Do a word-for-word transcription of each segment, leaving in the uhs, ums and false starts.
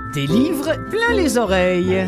Des livres plein les oreilles.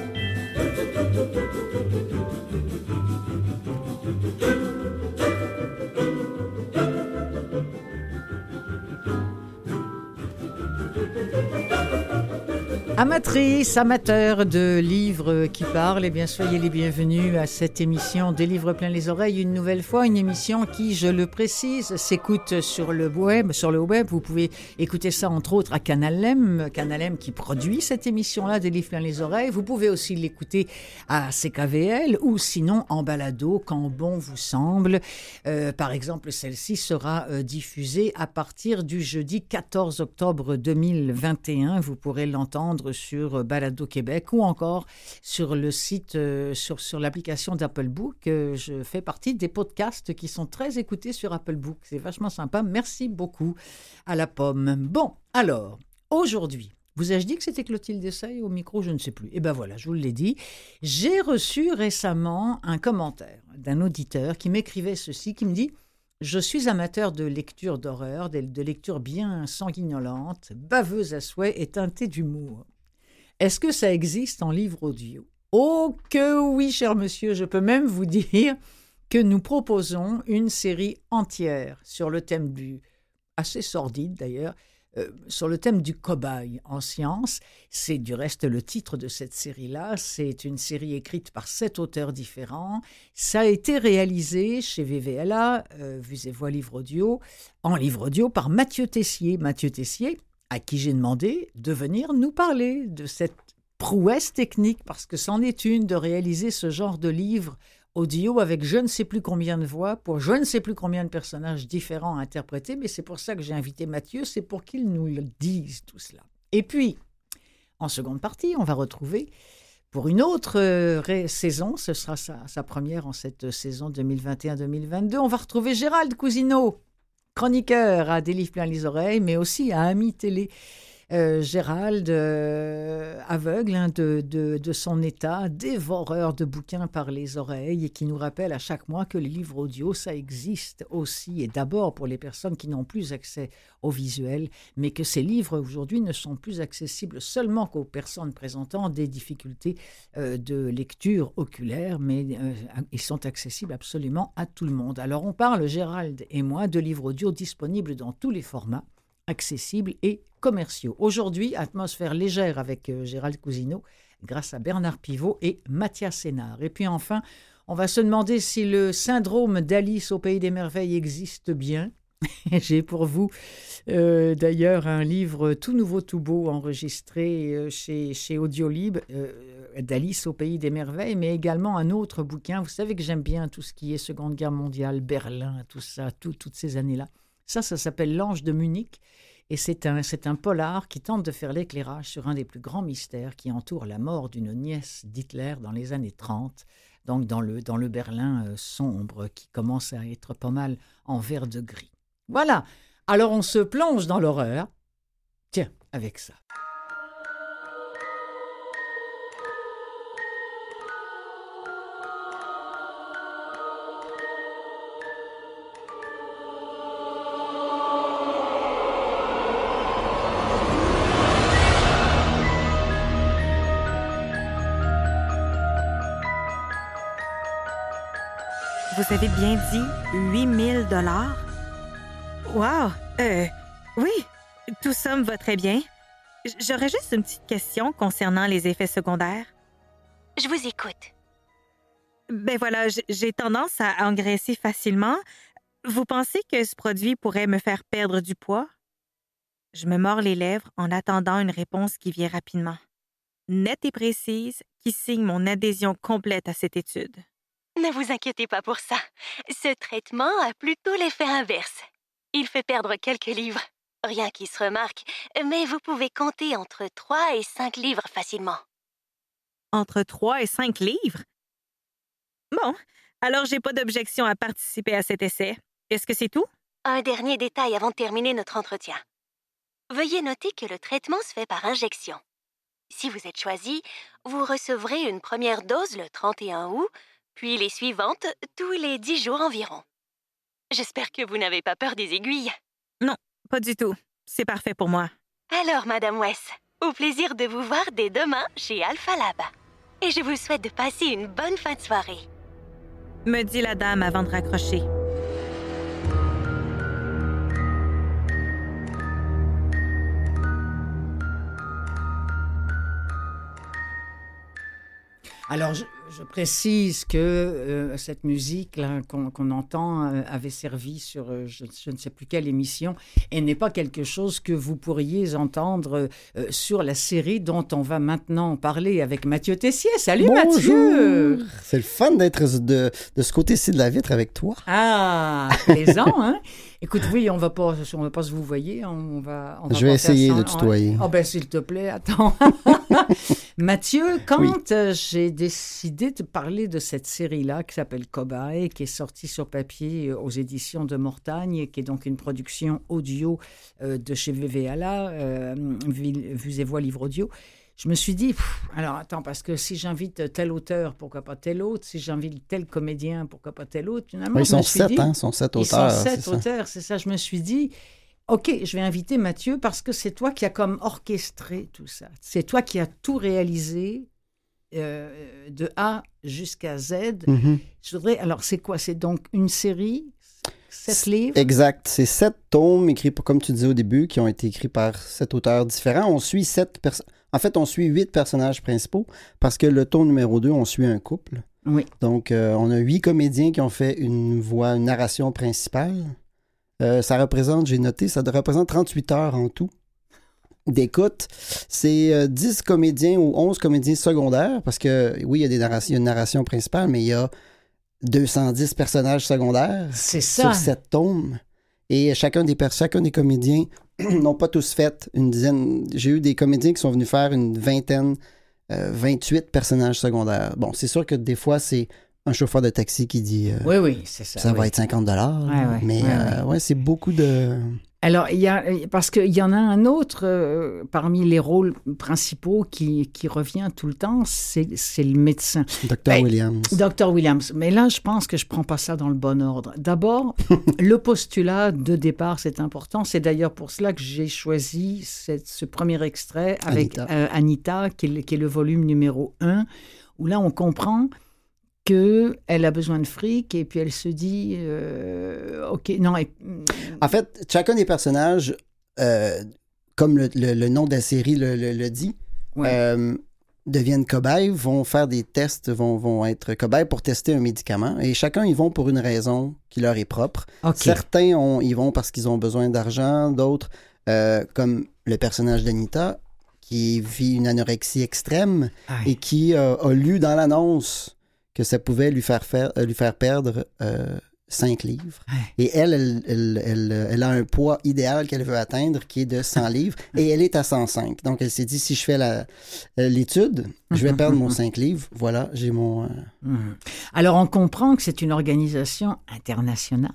Amatrices, amateurs de livres qui parlent, eh bien, soyez les bienvenus à cette émission Des livres plein les oreilles. Une nouvelle fois, une émission qui, je le précise, s'écoute sur le web. Sur le web, vous pouvez écouter ça entre autres à Canal M, Canal M qui produit cette émission-là, Des livres plein les oreilles. Vous pouvez aussi l'écouter à C K V L ou sinon en balado quand bon vous semble. Euh, par exemple, celle-ci sera euh, diffusée à partir du jeudi quatorze octobre deux mille vingt et un. Vous pourrez l'entendre sur Balado Québec ou encore sur le site, euh, sur, sur l'application d'Apple Book. Euh, je fais partie des podcasts qui sont très écoutés sur Apple Book. C'est vachement sympa. Merci beaucoup à la pomme. Bon, alors, aujourd'hui, vous ai-je dit que c'était Clotilde Dessay au micro? Je ne sais plus. Eh bien voilà, je vous l'ai dit. J'ai reçu récemment un commentaire d'un auditeur qui m'écrivait ceci, qui me dit « Je suis amateur de lecture d'horreur, de, de lecture bien sanguinolente, baveuse à souhait et teintée d'humour. Est-ce que ça existe en livre audio? » Oh que oui, cher monsieur, je peux même vous dire que nous proposons une série entière sur le thème du, assez sordide d'ailleurs, euh, sur le thème du cobaye en sciences. C'est du reste le titre de cette série-là. C'est une série écrite par sept auteurs différents. Ça a été réalisé chez V V L A, euh, Vues et Voix Livre Audio, en livre audio par Mathieu Tessier. Mathieu Tessier, à qui j'ai demandé de venir nous parler de cette prouesse technique, parce que c'en est une de réaliser ce genre de livre audio avec je ne sais plus combien de voix, pour je ne sais plus combien de personnages différents à interpréter, mais c'est pour ça que j'ai invité Mathieu, c'est pour qu'il nous le dise tout cela. Et puis, en seconde partie, on va retrouver pour une autre euh, saison, ce sera sa, sa première en cette saison deux mille vingt et un deux mille vingt-deux, on va retrouver Gérald Cousineau, chroniqueur à Des livres plein les oreilles, mais aussi à Ami Télé. Euh, Gérald, euh, aveugle hein, de, de, de son état, dévoreur de bouquins par les oreilles et qui nous rappelle à chaque mois que les livres audio, ça existe aussi et d'abord pour les personnes qui n'ont plus accès au visuel, mais que ces livres aujourd'hui ne sont plus accessibles seulement qu'aux personnes présentant des difficultés euh, de lecture oculaire, mais euh, ils sont accessibles absolument à tout le monde. Alors on parle, Gérald et moi, de livres audio disponibles dans tous les formats, accessibles et commerciaux. Aujourd'hui, atmosphère légère avec euh, Gérald Cousineau, grâce à Bernard Pivot et Mathias Sénard. Et puis enfin, on va se demander si le syndrome d'Alice au Pays des Merveilles existe bien. J'ai pour vous euh, d'ailleurs un livre tout nouveau, tout beau, enregistré euh, chez, chez Audiolib, euh, d'Alice au Pays des Merveilles, mais également un autre bouquin. Vous savez que j'aime bien tout ce qui est Seconde Guerre mondiale, Berlin, tout ça, tout, toutes ces années-là. Ça, ça s'appelle L'Ange de Munich et c'est un, c'est un polar qui tente de faire l'éclairage sur un des plus grands mystères qui entoure la mort d'une nièce d'Hitler dans les années trente, donc dans le, dans le Berlin euh, sombre qui commence à être pas mal en vert de gris. Voilà, alors on se plonge dans l'horreur. Tiens, avec ça. Vous avez bien dit huit mille dollars? Wow! Euh, oui, tout ça me va très bien. J'aurais juste une petite question concernant les effets secondaires. Je vous écoute. Ben voilà, j'ai tendance à engraisser facilement. Vous pensez que ce produit pourrait me faire perdre du poids? Je me mords les lèvres en attendant une réponse qui vient rapidement. Nette et précise, qui signe mon adhésion complète à cette étude. Ne vous inquiétez pas pour ça. Ce traitement a plutôt l'effet inverse. Il fait perdre quelques livres. Rien qui se remarque, mais vous pouvez compter entre trois et cinq livres facilement. Entre trois et cinq livres? Bon, alors j'ai pas d'objection à participer à cet essai. Est-ce que c'est tout? Un dernier détail avant de terminer notre entretien. Veuillez noter que le traitement se fait par injection. Si vous êtes choisi, vous recevrez une première dose le trente et un août, puis les suivantes tous les dix jours environ. J'espère que vous n'avez pas peur des aiguilles. Non, pas du tout. C'est parfait pour moi. Alors, Madame West, Au plaisir de vous voir dès demain chez Alpha Lab. Et je vous souhaite de passer une bonne fin de soirée. Me dit la dame avant de raccrocher. Alors, je, je précise que euh, cette musique là, qu'on, qu'on entend euh, avait servi sur euh, je, je ne sais plus quelle émission et n'est pas quelque chose que vous pourriez entendre euh, sur la série dont on va maintenant parler avec Mathieu Tessier. Salut Bonjour. Mathieu! C'est le fun d'être de, de ce côté-ci de la vitre avec toi. Ah, plaisant, hein? Écoute, oui, on va pas, on va pas se vous voyer, on va... On va Je vais pas faire essayer ça. de tutoyer. Oh ben, s'il te plaît, attends. Mathieu, quand Oui. euh, j'ai décidé de parler de cette série-là qui s'appelle Cobaye, qui est sortie sur papier euh, aux éditions de Mortagne, qui est donc une production audio euh, de chez V V A L A, euh, Vues et Voix Livre Audio, je me suis dit, pff, alors attends, parce que si j'invite tel auteur, pourquoi pas tel autre? Si j'invite tel comédien, pourquoi pas tel autre? Finalement, Ouais, ils je me sont suis sept, dit, hein? Ils sont sept ils auteurs. sont sept c'est auteurs, c'est ça. Je me suis dit, OK, je vais inviter Mathieu parce que c'est toi qui as comme orchestré tout ça. C'est toi qui as tout réalisé euh, de A jusqu'à Z. ça. Mhm. Je voudrais, alors c'est quoi? C'est donc une série, sept C'est- livres? Exact. C'est sept tomes écrits, par- comme tu disais au début, qui ont été écrits par sept auteurs différents. On suit sept personnes. En fait, on suit huit personnages principaux parce que le tome numéro deux, on suit un couple. Oui. Donc, euh, on a huit comédiens qui ont fait une voix, une narration principale. Euh, ça représente, j'ai noté, ça représente trente-huit heures en tout d'écoute. C'est euh, dix comédiens ou onze comédiens secondaires parce que, oui, il y a des narrations, il y a une narration principale, mais il y a deux cent dix personnages secondaires C'est ça. sur sept tomes. Et chacun des, pers- chacun des comédiens n'ont pas tous fait une dizaine. J'ai eu des comédiens qui sont venus faire une vingtaine, euh, vingt-huit personnages secondaires. Bon, c'est sûr que des fois, c'est un chauffeur de taxi qui dit euh, Oui, oui, c'est ça. ça oui. va être cinquante dollars. Ouais, ouais, mais ouais, euh, ouais, c'est beaucoup de. Alors, il y a, parce qu'il y en a un autre euh, parmi les rôles principaux qui, qui revient tout le temps, c'est, c'est le médecin. docteur Ben, Williams. docteur Williams. Mais là, je pense que je ne prends pas ça dans le bon ordre. D'abord, le postulat de départ, c'est important. C'est d'ailleurs pour cela que j'ai choisi cette- ce premier extrait avec Anita. euh, Anita, qui est, le, qui est le volume numéro un, où là, on comprend qu'elle a besoin de fric et puis elle se dit, euh, OK, non, et- En fait, chacun des personnages, euh, comme le, le- le nom de la série le, le- le dit, ouais. euh, deviennent cobayes, vont faire des tests, vont, vont être cobayes pour tester un médicament. Et chacun, ils vont pour une raison qui leur est propre. OK. Certains, ont, ils vont parce qu'ils ont besoin d'argent. D'autres, euh, comme le personnage d'Anita, qui vit une anorexie extrême Aïe. et qui euh, a lu dans l'annonce que ça pouvait lui faire, faire, euh, lui faire perdre euh, cinq livres. Ouais. Et elle, elle, elle, elle, elle a un poids idéal qu'elle veut atteindre qui est de cent livres et elle est à cent cinq. Donc, elle s'est dit, si je fais la, euh, l'étude, je vais perdre mon cinq livres. Voilà, j'ai mon... euh, Mhm. Alors, on comprend que c'est une organisation internationale.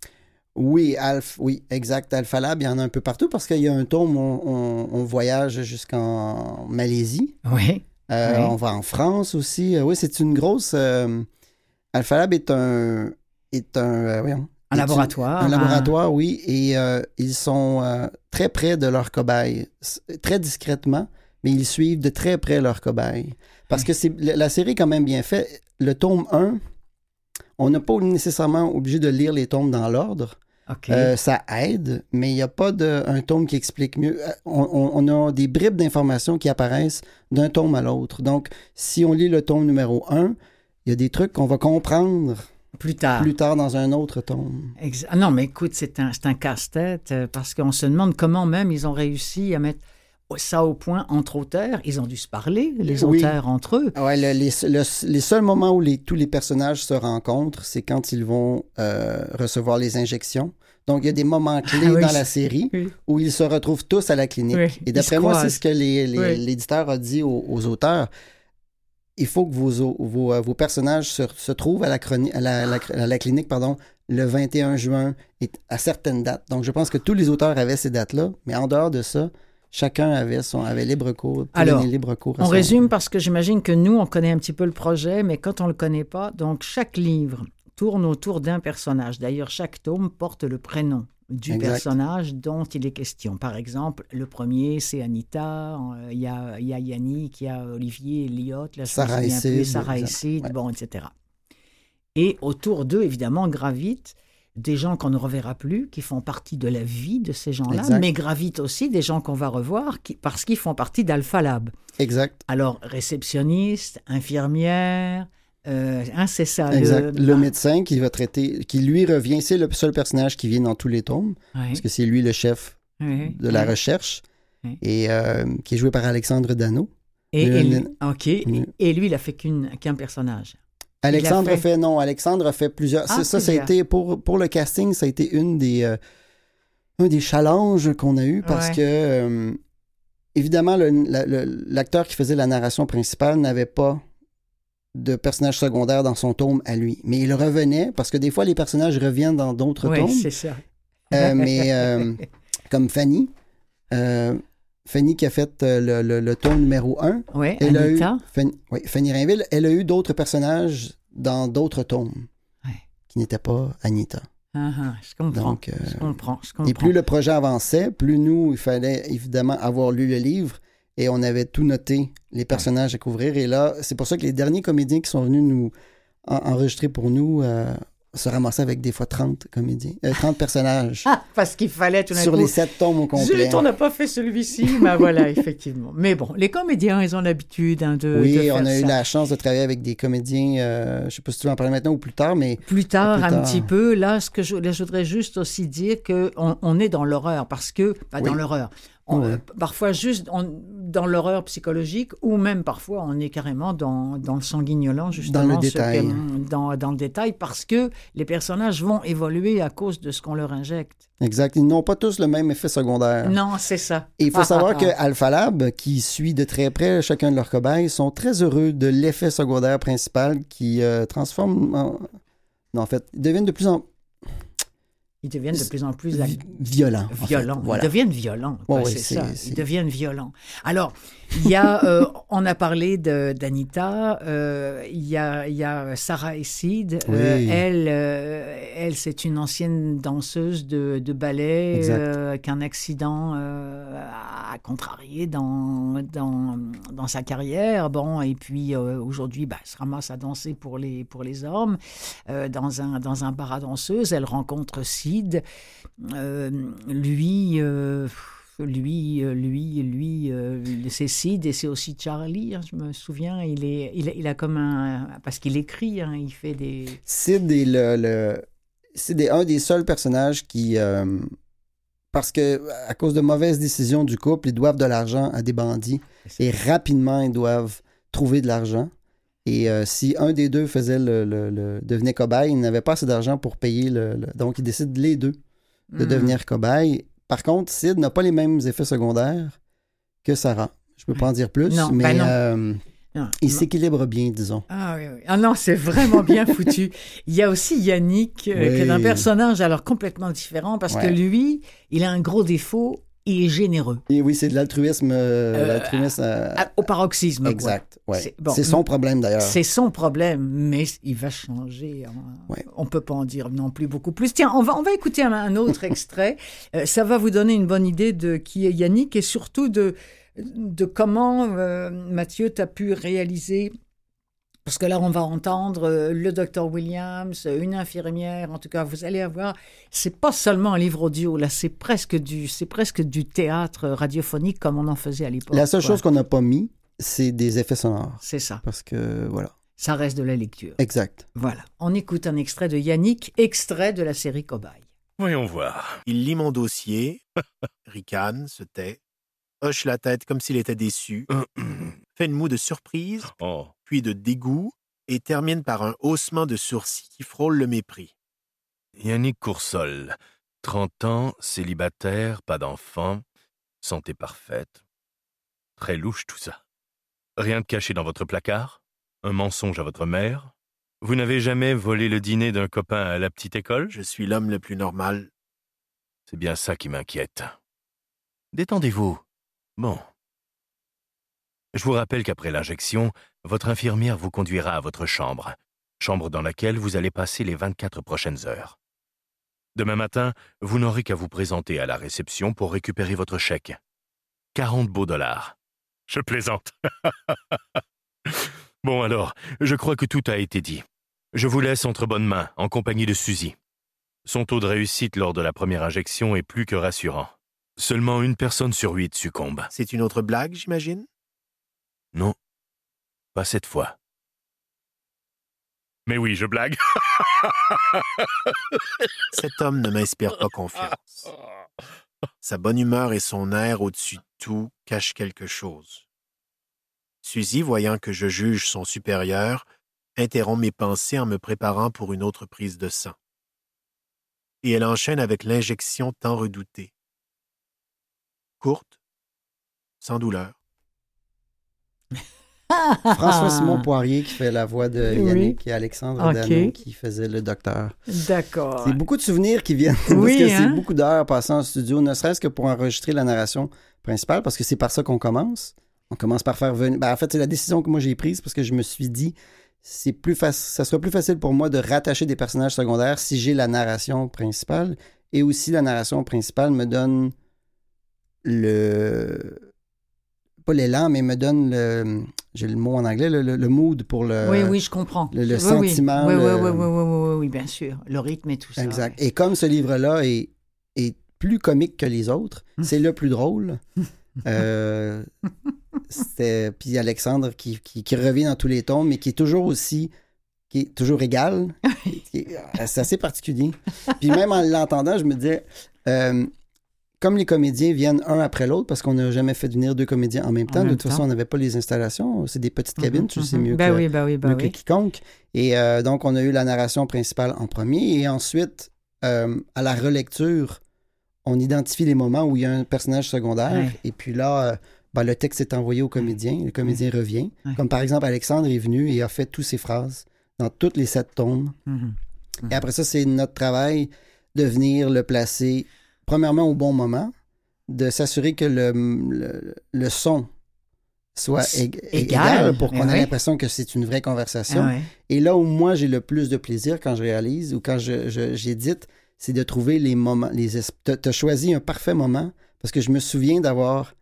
Oui, Alpha, oui, exact. Alpha Lab, il y en a un peu partout parce qu'il y a un tome où on, on, on voyage jusqu'en Malaisie. Oui. Euh, Oui. On va en France aussi. Euh, oui, c'est une grosse... euh, Alpha Lab est un... Est un, euh, voyons, Un est laboratoire. Un laboratoire, oui. Et euh, ils sont euh, très près de leurs cobayes. S- Très discrètement, mais ils suivent de très près leurs cobayes. Parce que c'est, la la série est quand même bien faite. Le tome un, on n'a pas nécessairement obligé de lire les tomes dans l'ordre. OK. Euh, ça aide, mais il n'y a pas de, un tome qui explique mieux. Euh, On, on- on a des bribes d'informations qui apparaissent d'un tome à l'autre. Donc, si on lit le tome numéro un, il y a des trucs qu'on va comprendre plus tard. plus tard dans un autre tome. Exa- ah non, mais écoute, c'est un, c'est un casse-tête euh, parce qu'on se demande comment même ils ont réussi à mettre ça au point entre auteurs. Ils ont dû se parler, les Oui. auteurs entre eux. Ouais, le- les, le- les seuls moments où les, tous les personnages se rencontrent, c'est quand ils vont euh, recevoir les injections. Donc, il y a des moments clés Ah oui, dans c'est- la série Oui. où ils se retrouvent tous à la clinique. Oui, Et ils d'après se moi, c'est croisent. ce que les- les- Oui. l'éditeur a dit aux, aux auteurs. Il faut que vos, vos, euh, vos personnages se, se trouvent à la, chroni- à la, la- à la clinique pardon, le vingt et un juin et à certaines dates. Donc, je pense que tous les auteurs avaient ces dates-là, mais en dehors de ça, chacun avait, son, avait libre cours. pouvait Alors, donner libre cours à On son- résume parce que j'imagine que nous, on connaît un petit peu le projet, mais quand on ne le connaît pas, donc chaque livre tourne autour d'un personnage. D'ailleurs, chaque tome porte le prénom du Exact. personnage dont il est question. Par exemple, le premier, c'est Anita, euh, il y a, il y a Yannick, il y a Olivier, Elliot, là, je Sarah me souviens plus, Sid, Sarah exemple. Sid, Ouais. bon, et cetera. Et autour d'eux, évidemment, gravitent des gens qu'on ne reverra plus, qui font partie de la vie de ces gens-là, Exact. mais gravitent aussi des gens qu'on va revoir qui, parce qu'ils font partie d'Alpha Lab. Exact. Alors, réceptionniste, infirmière, euh, hein, c'est ça. Exact. Le, Le médecin qui va traiter, qui lui revient, c'est le seul personnage qui vient dans tous les tomes, Ouais, parce que c'est lui le chef ouais, de la ouais. recherche, Ouais. et euh, qui est joué par Alexandre Dano. Et, Le- et lui, le- OK. Et, Mm. et lui, il a fait qu'une, qu'un personnage. Alexandre Il a a fait- fait... non, Alexandre a fait plusieurs. Ah, c'est ça, ça a plusieurs. été pour pour le casting, ça a été une des euh, un des challenges qu'on a eu parce Ouais. que euh, évidemment le- la- le- l'acteur qui faisait la narration principale n'avait pas de personnage secondaire dans son tome à lui, mais il revenait parce que des fois les personnages reviennent dans d'autres Oui, tomes, c'est ça. euh, mais euh, comme Fanny. euh, Fanny qui a fait euh, le, le- le tome numéro un. Oui, Elle a eu, Anita. Fanny, oui, Fanny Rainville, elle a eu d'autres personnages dans d'autres tomes Ouais. qui n'étaient pas Anita. Ah, ah, je comprends. Donc, euh, je comprends, je comprends. et plus le projet avançait, plus nous, il fallait évidemment avoir lu le livre et on avait tout noté, les personnages à couvrir. Et là, c'est pour ça que les derniers comédiens qui sont venus nous en- enregistrer pour nous euh, se ramassaient avec des fois trente comédiens, euh, trente personnages Ah, parce qu'il fallait tout d'un sur coup... les sept tomes au complet. Zut, on n'a pas fait celui-ci, mais voilà, effectivement. Mais bon, les comédiens, ils ont l'habitude hein, de, Oui, de faire on a eu ça. la chance de travailler avec des comédiens, euh, je ne sais pas si tu veux en parler maintenant ou plus tard, mais Plus tard, Plus un tard. petit peu, là, ce que je, là, je voudrais juste aussi dire qu'on on est dans l'horreur, parce que, pas Oui. dans l'horreur, on- Oui. euh, parfois juste on- dans l'horreur psychologique, ou même parfois on est carrément dans, dans le sanguignolant, justement. Dans le ce détail. que- dans, dans le détail, parce que les personnages vont évoluer à cause de ce qu'on leur injecte. exact, ils n'ont pas tous le même effet secondaire. Non, c'est ça. Et il faut Ah, savoir ah, que ah. Alpha Lab, qui suit de très près chacun de leurs cobayes, sont très heureux de l'effet secondaire principal qui euh, transforme en... Non, en fait, ils deviennent de plus en Ils deviennent de plus en plus vi- violents. en fait. violents. Voilà. Ils deviennent violents. quoi, Ouais, ouais, c'est c'est- ça. c'est- Ils deviennent violents. Alors, il y a, euh, on a parlé de- d'Anita. euh, Il y a, il y a Sarah Sid. Euh, Oui. elle, euh, elle, c'est une ancienne danseuse de, de ballet Exact. euh, qu'un accident euh, a contrarié dans, dans, dans sa carrière. Bon, et puis euh, aujourd'hui, bah, elle se ramasse à danser pour les, pour les hommes euh, dans, un, dans un bar à danseuses. Elle rencontre Sid. Euh, lui, euh, lui, euh, lui, lui, euh, c'est Sid et c'est aussi Charlie. hein, je me souviens, il est, il a, il a comme un, parce qu'il écrit, hein, il fait des. Sid est le, le- Sid est un des seuls personnages qui, euh, parce que à cause de mauvaises décisions du couple, ils doivent de l'argent à des bandits et rapidement ils doivent trouver de l'argent. Et euh, si un des deux faisait le, le- le- devenait cobaye, il n'avait pas assez d'argent pour payer le, le- donc ils décident les deux de Hmm. devenir cobaye. Par contre, Sid n'a pas les mêmes effets secondaires que Sarah. Je peux pas en dire plus, Non, mais ben non. euh, Non, il non. s'équilibre bien, disons. Ah oui, oui. Ah non, c'est vraiment bien foutu. Il y a aussi Yannick, euh, Oui. qui est un personnage alors complètement différent parce que Ouais. lui, il a un gros défaut, il est généreux. Et oui, c'est de l'altruisme. euh, Euh, l'altruisme euh, À- Au paroxysme. quoi. exact. Ouais. C'est- bon, c'est son problème d'ailleurs. C'est son problème, mais il va changer. en- Ouais. On peut pas en dire non plus beaucoup plus. Tiens, on va, on va écouter un, un autre extrait. Euh, ça va vous donner une bonne idée de qui est Yannick et surtout de, de comment, euh, Mathieu, tu as pu réaliser. Parce que là, on va entendre euh, le docteur Williams, une infirmière. En tout cas, vous allez avoir. C'est pas seulement un livre audio. Là, c'est presque du, c'est presque du théâtre radiophonique comme on en faisait à l'époque. La seule quoi. chose qu'on n'a pas mis, c'est des effets sonores. C'est ça. Parce que, voilà. Ça reste de la lecture. Exact. Voilà, on écoute un extrait de Yannick, extrait de la série Cobaye. Voyons voir. Il lit mon dossier, ricane, se tait, hoche la tête comme s'il était déçu, fait une moue de surprise, Oh. puis de dégoût, et termine par un haussement de sourcils qui frôle le mépris. Yannick Coursol, trente ans, célibataire, pas d'enfant, santé parfaite. Très louche tout ça. Rien de caché dans votre placard? Un mensonge à votre mère? Vous n'avez jamais volé le dîner d'un copain à la petite école? Je suis l'homme le plus normal. C'est bien ça qui m'inquiète. Détendez-vous. Bon. Je vous rappelle qu'après l'injection, votre infirmière vous conduira à votre chambre, chambre dans laquelle vous allez passer les vingt-quatre prochaines heures. Demain matin, vous n'aurez qu'à vous présenter à la réception pour récupérer votre chèque. quarante beaux dollars. Je plaisante. Bon alors, je crois que tout a été dit. Je vous laisse entre bonnes mains, en compagnie de Suzy. Son taux de réussite lors de la première injection est plus que rassurant. Seulement une personne sur huit succombe. C'est une autre blague, j'imagine? Non, pas cette fois. Mais oui, je blague. Cet homme ne m'inspire pas confiance. Sa bonne humeur et son air au-dessus de tout cachent quelque chose. Suzy, voyant que je juge son supérieur, interrompt mes pensées en me préparant pour une autre prise de sang. Et elle enchaîne avec l'injection tant redoutée. Courte, sans douleur. François-Simon Poirier qui fait la voix de Yannick oui. et Alexandre okay. Dano qui faisait le docteur. D'accord. C'est beaucoup de souvenirs qui viennent oui, parce que hein? c'est beaucoup d'heures passées en studio, ne serait-ce que pour enregistrer la narration principale, parce que c'est par ça qu'on commence. On commence par faire venir... Ben, en fait, c'est la décision que moi j'ai prise parce que je me suis dit c'est plus fac... ça sera plus facile pour moi de rattacher des personnages secondaires si j'ai la narration principale, et aussi la narration principale me donne le... pas l'élan, mais me donne le... J'ai le mot en anglais, le, le, le mood pour le... Oui, oui, je comprends. Le, le oui, sentiment. Oui, oui, le... oui, oui, oui, oui, oui, oui, bien sûr. Le rythme et tout ça. Exact. Ouais. Et comme ce livre-là est, est plus comique que les autres, c'est le plus drôle. euh, c'était... Puis Alexandre qui, qui, qui revient dans tous les tons, mais qui est toujours aussi... qui est toujours égal. Qui est... C'est assez particulier. Puis même en l'entendant, je me disais... Euh, comme les comédiens viennent un après l'autre, parce qu'on n'a jamais fait venir deux comédiens en même temps, en de même toute temps. façon, on n'avait pas les installations, c'est des petites cabines, mm-hmm, tu sais, mm-hmm. mieux, ben que, oui, ben oui, ben mieux oui. que quiconque. Et euh, donc, on a eu la narration principale en premier, et ensuite, euh, à la relecture, on identifie les moments où il y a un personnage secondaire, ouais. et puis là, euh, ben, le texte est envoyé au comédien, le comédien ouais. revient. Ouais. Comme par exemple, Alexandre est venu et a fait toutes ses phrases dans toutes les sept tomes. Mm-hmm. Mm-hmm. Et après ça, c'est notre travail de venir le placer, premièrement, au bon moment, de s'assurer que le, le, le son soit ég- égal, égal pour qu'on ait oui. l'impression que c'est une vraie conversation. Ah oui. Et là où moi, j'ai le plus de plaisir quand je réalise ou quand je, je, j'édite, c'est de trouver les moments. Les tu as choisi un parfait moment parce que je me souviens d'avoir,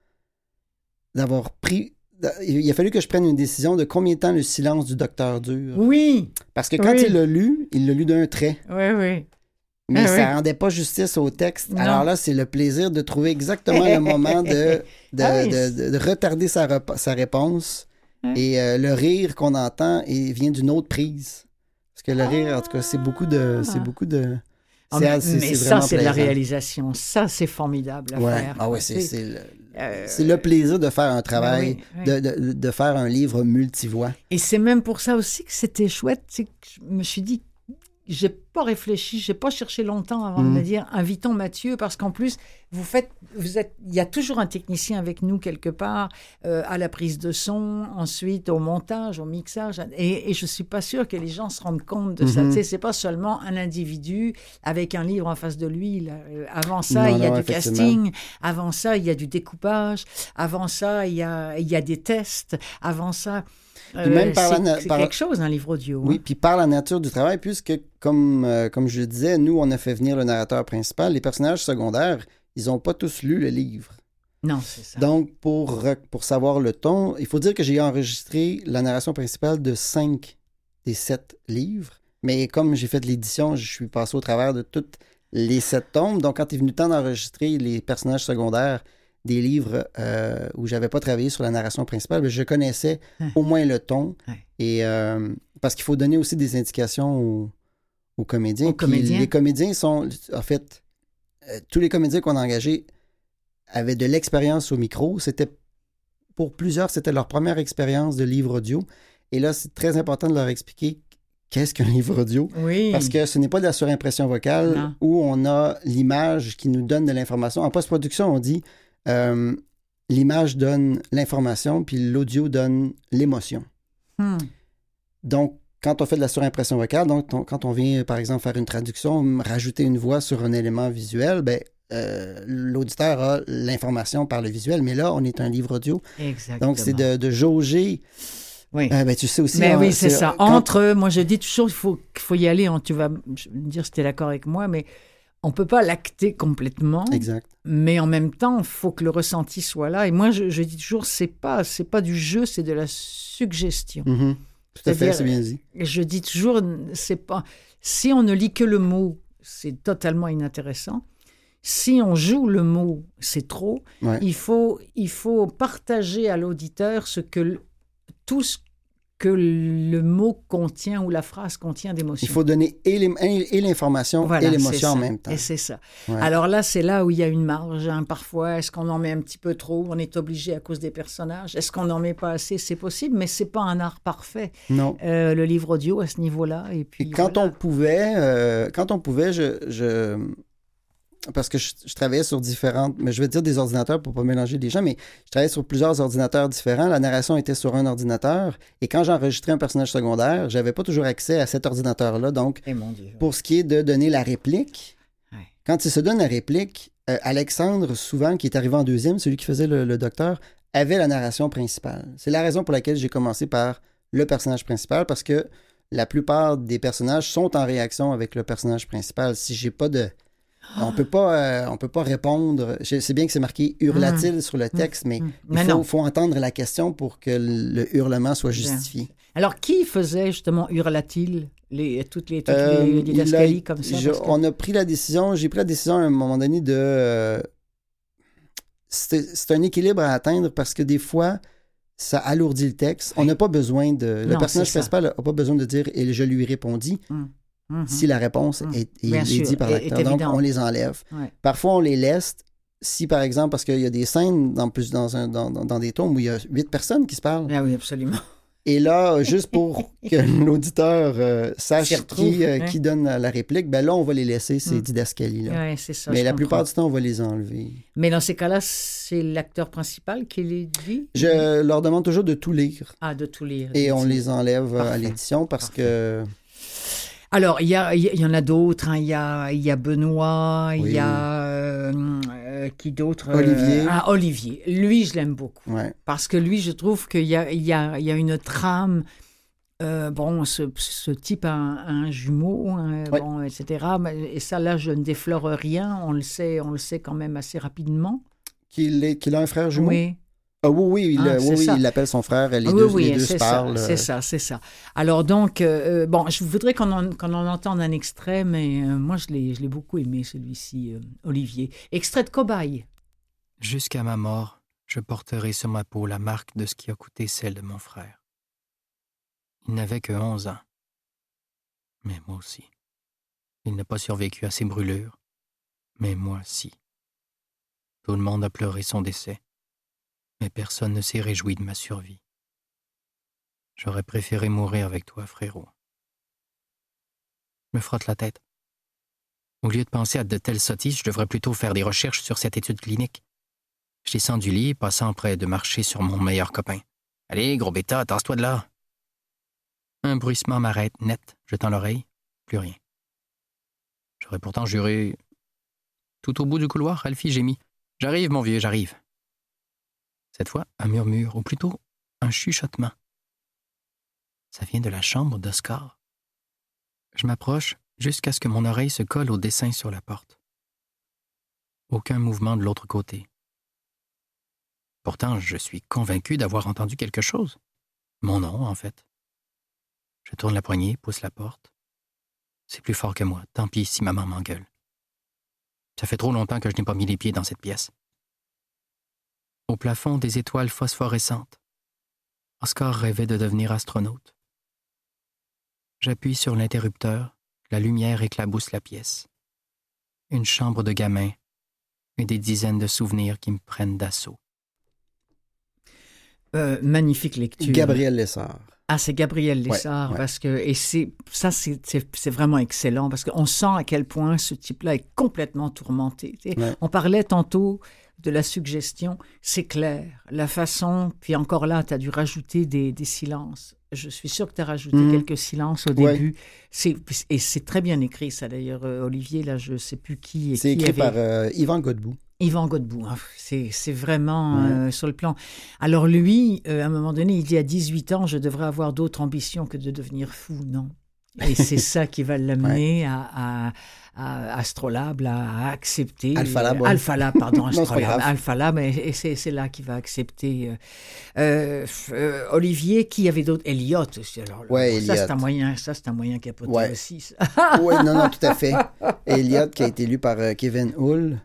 d'avoir pris... Il a fallu que je prenne une décision de combien de temps le silence du docteur dure. Oui! Parce que quand oui. il l'a lu, il l'a lu d'un trait. Oui, oui. Mais ah, ça oui. rendait pas justice au texte. Non. Alors là, c'est le plaisir de trouver exactement le moment de, de, ah oui. de, de, de retarder sa, rep- sa réponse. Hein? Et euh, le rire qu'on entend et vient d'une autre prise. Parce que le ah. rire, en tout cas, c'est beaucoup de... C'est beaucoup de oh, mais c'est, c'est ça, c'est de la réalisation. Ça, c'est formidable à ouais. faire. Ah oui, c'est, c'est, le, euh... c'est le plaisir de faire un travail, oui, oui. De, de, de faire un livre multivoix. Et c'est même pour ça aussi que c'était chouette. C'est que je me suis dit... J'ai pas réfléchi, j'ai pas cherché longtemps avant mmh. de me dire invitons Mathieu parce qu'en plus vous faites, vous êtes, il y a toujours un technicien avec nous quelque part euh, à la prise de son, ensuite au montage, au mixage, et, et je suis pas sûre que les gens se rendent compte de mmh. ça. Tu sais, c'est pas seulement un individu avec un livre en face de lui. Là. Avant ça, non, il y a non, du casting, avant ça, il y a du découpage, avant ça, il y a, il y a des tests, avant ça. Euh, même par c'est, la na- c'est par... quelque chose, un livre audio. Oui, hein? Puis par la nature du travail, puisque, comme, euh, comme je le disais, nous, on a fait venir le narrateur principal. Les personnages secondaires, ils n'ont pas tous lu le livre. Non, c'est ça. Donc, pour, pour savoir le ton, il faut dire que j'ai enregistré la narration principale de cinq des sept livres. Mais comme j'ai fait l'édition, je suis passé au travers de toutes les sept tomes. Donc, quand il est venu le temps d'enregistrer les personnages secondaires des livres euh, où j'avais pas travaillé sur la narration principale, je connaissais hein. au moins le ton. Hein. Et euh, parce qu'il faut donner aussi des indications aux, aux comédiens. Aux comédiens. Les comédiens sont, en fait, euh, tous les comédiens qu'on a engagés avaient de l'expérience au micro. C'était, pour plusieurs, c'était leur première expérience de livre audio. Et là, c'est très important de leur expliquer qu'est-ce qu'un livre audio. Oui. Parce que ce n'est pas de la surimpression vocale non. où on a l'image qui nous donne de l'information. En post-production, on dit Euh, l'image donne l'information, puis l'audio donne l'émotion. Hmm. Donc, quand on fait de la surimpression vocale, donc on, quand on vient, par exemple, faire une traduction, rajouter une voix sur un élément visuel, ben, euh, l'auditeur a l'information par le visuel, mais là, on est un livre audio. Exactement. Donc, c'est de, de jauger... Oui. Euh, ben, tu sais aussi... Mais hein, oui, c'est, c'est ça. Quand... Entre, moi, je dis toujours qu'il faut, qu'il faut y aller, on, tu vas me dire si tu es d'accord avec moi, mais on peut pas l'acter complètement. Exact. Mais en même temps, il faut que le ressenti soit là. Et moi, je, je dis toujours, c'est pas, c'est pas du jeu, c'est de la suggestion. Mm-hmm. Tout à fait, C'est-à-dire, c'est bien dit. Je dis toujours, c'est pas... Si on ne lit que le mot, c'est totalement inintéressant. Si on joue le mot, c'est trop. Ouais. Il faut, il faut partager à l'auditeur ce que, tout ce que le mot contient ou la phrase contient d'émotion. Il faut donner et, les, et l'information Voilà, et l'émotion c'est en ça. même temps. Et c'est ça. Ouais. Alors là, c'est là où il y a une marge. Hein. Parfois, est-ce qu'on en met un petit peu trop? On est obligé à cause des personnages. Est-ce qu'on n'en met pas assez? C'est possible, mais c'est pas un art parfait. Non. Euh, le livre audio à ce niveau-là. Et puis Et quand voilà. on pouvait, euh, quand on pouvait, je, je parce que je, je travaillais sur différentes, mais je vais dire des ordinateurs pour pas mélanger les gens, mais je travaillais sur plusieurs ordinateurs différents. La narration était sur un ordinateur, et quand j'enregistrais un personnage secondaire, j'avais pas toujours accès à cet ordinateur-là. Donc, Eh mon Dieu. pour ce qui est de donner la réplique, Ouais. quand il se donne la réplique, euh, Alexandre, souvent, qui est arrivé en deuxième, celui qui faisait le, le docteur, avait la narration principale. C'est la raison pour laquelle j'ai commencé par le personnage principal, parce que la plupart des personnages sont en réaction avec le personnage principal. Si j'ai pas de... On peut pas, euh, on peut pas répondre. Je sais bien que c'est marqué « hurla-t-il » sur le texte, mais Mmh. il Mais faut, non. faut entendre la question pour que le hurlement soit justifié. Alors, qui faisait justement Hurla-t-il les, toutes les, toutes Euh, les il didascalies a- comme ça? je- parce que- On a pris la décision, j'ai pris la décision à un moment donné de... euh, c'est c'est un équilibre à atteindre parce que des fois, ça alourdit le texte. On n'a pas besoin de... Le Non, personnage c'est ça. principal n'a pas besoin de dire « et je lui répondis Mmh. Mmh. si la réponse Mmh. est, est- Bien est sûr, dite par est- l'acteur. est Donc, évidente. on les enlève. Ouais. Parfois, on les laisse. Si, par exemple, parce qu'il y a des scènes dans, plus, dans, un, dans, dans, dans des tomes où il y a huit personnes qui se parlent. Ah oui, absolument. Et là, juste pour que l'auditeur euh, sache S'y retrouve, qui, euh, hein. qui donne la réplique, ben là, on va les laisser, ces Mm. didascalies-là. Ouais, c'est ça. Mais je la comprends. plupart du temps, on va les enlever. Mais dans ces cas-là, c'est l'acteur principal qui les dit? Je leur demande toujours de tout lire. Ah, de tout lire. Et on dit. les enlève euh, à Parfait. l'édition parce Parfait. que... Alors, il y, a, il y en a d'autres. hein. Il y, a, il y a Benoît, il Oui. y a... euh, euh, qui d'autre? Euh, Olivier. Ah, Olivier. Lui, je l'aime beaucoup. Ouais. Parce que lui, je trouve qu'il y a, il y a, il y a une trame. Euh, bon, ce, ce type a un, a un jumeau, hein, Ouais. bon, et cetera. Mais- Et ça, là, je ne déflore rien. On le sait, on le sait quand même assez rapidement. Qu'il est- qu'il a un frère jumeau? Oui. Ah oui, oui, il Ah, oui, c'est oui, ça. il l'appelle son frère. Les Ah deux, oui, oui, les deux c'est se ça, parlent. c'est euh, ça, c'est ça. Alors donc, euh, bon, je voudrais qu'on en, qu'on en entende un extrait, mais euh, moi, je l'ai, je l'ai beaucoup aimé, celui-ci, euh, Olivier. Extrait de Cobaye. Jusqu'à ma mort, je porterai sur ma peau la marque de ce qui a coûté celle de mon frère. Il n'avait que onze ans. Mais moi aussi. Il n'a pas survécu à ses brûlures. Mais moi, si. Tout le monde a pleuré son décès. Mais personne ne s'est réjoui de ma survie. J'aurais préféré mourir avec toi, frérot. Je me frotte la tête. Au lieu de penser à de telles sottises, je devrais plutôt faire des recherches sur cette étude clinique. Je descends du lit, passant près de marcher sur mon meilleur copain. « Allez, gros bêta, tasse-toi de là! » Un bruissement m'arrête net, je tends l'oreille, plus rien. J'aurais pourtant juré... Tout au bout du couloir, Alfie gémit. « J'arrive, mon vieux, j'arrive. » Cette fois, un murmure, ou plutôt un chuchotement. Ça vient de la chambre d'Oscar. Je m'approche jusqu'à ce que mon oreille se colle au dessin sur la porte. Aucun mouvement de l'autre côté. Pourtant, je suis convaincu d'avoir entendu quelque chose. Mon nom, en fait. Je tourne la poignée, pousse la porte. C'est plus fort que moi, tant pis si maman m'engueule. Ça fait trop longtemps que je n'ai pas mis les pieds dans cette pièce. Au plafond, des étoiles phosphorescentes. Oscar rêvait de devenir astronaute. J'appuie sur l'interrupteur, la lumière éclabousse la pièce. Une chambre de gamin et des dizaines de souvenirs qui me prennent d'assaut. Euh, magnifique lecture. Gabriel Lessard. Ah, c'est Gabriel Lessard, ouais. parce que, et c'est, ça, c'est, c'est, c'est vraiment excellent, parce qu'on sent à quel point ce type-là est complètement tourmenté. Tu sais. Ouais. On parlait tantôt de la suggestion, c'est clair. La façon, puis encore là, tu as dû rajouter des, des silences. Je suis sûre que tu as rajouté Mhm. quelques silences au Ouais. début. C'est, et c'est très bien écrit, ça d'ailleurs, euh, Olivier, là, je ne sais plus qui. C'est qui écrit avait... par euh, Yvan Godbout. Yvan Godbout, hein. c'est, c'est vraiment Ouais. euh, sur le plan. Alors lui, euh, à un moment donné, il dit à dix-huit ans, je devrais avoir d'autres ambitions que de devenir fou. Non, Et c'est ça qui va l'amener ouais. à, à, à Astrolabe à accepter... Alphalab, ouais. Alphalab, pardon, Astrolabe. Alphalab, et, et c'est, c'est là qu'il va accepter... Euh, euh, Olivier, qui avait d'autres... Elliot aussi. Alors, ouais, ça, Elliot. c'est un moyen, ça, c'est un moyen capoté ouais. aussi. Oui, non, non, tout à fait. Elliot, qui a été lu par euh, Kevin Hull,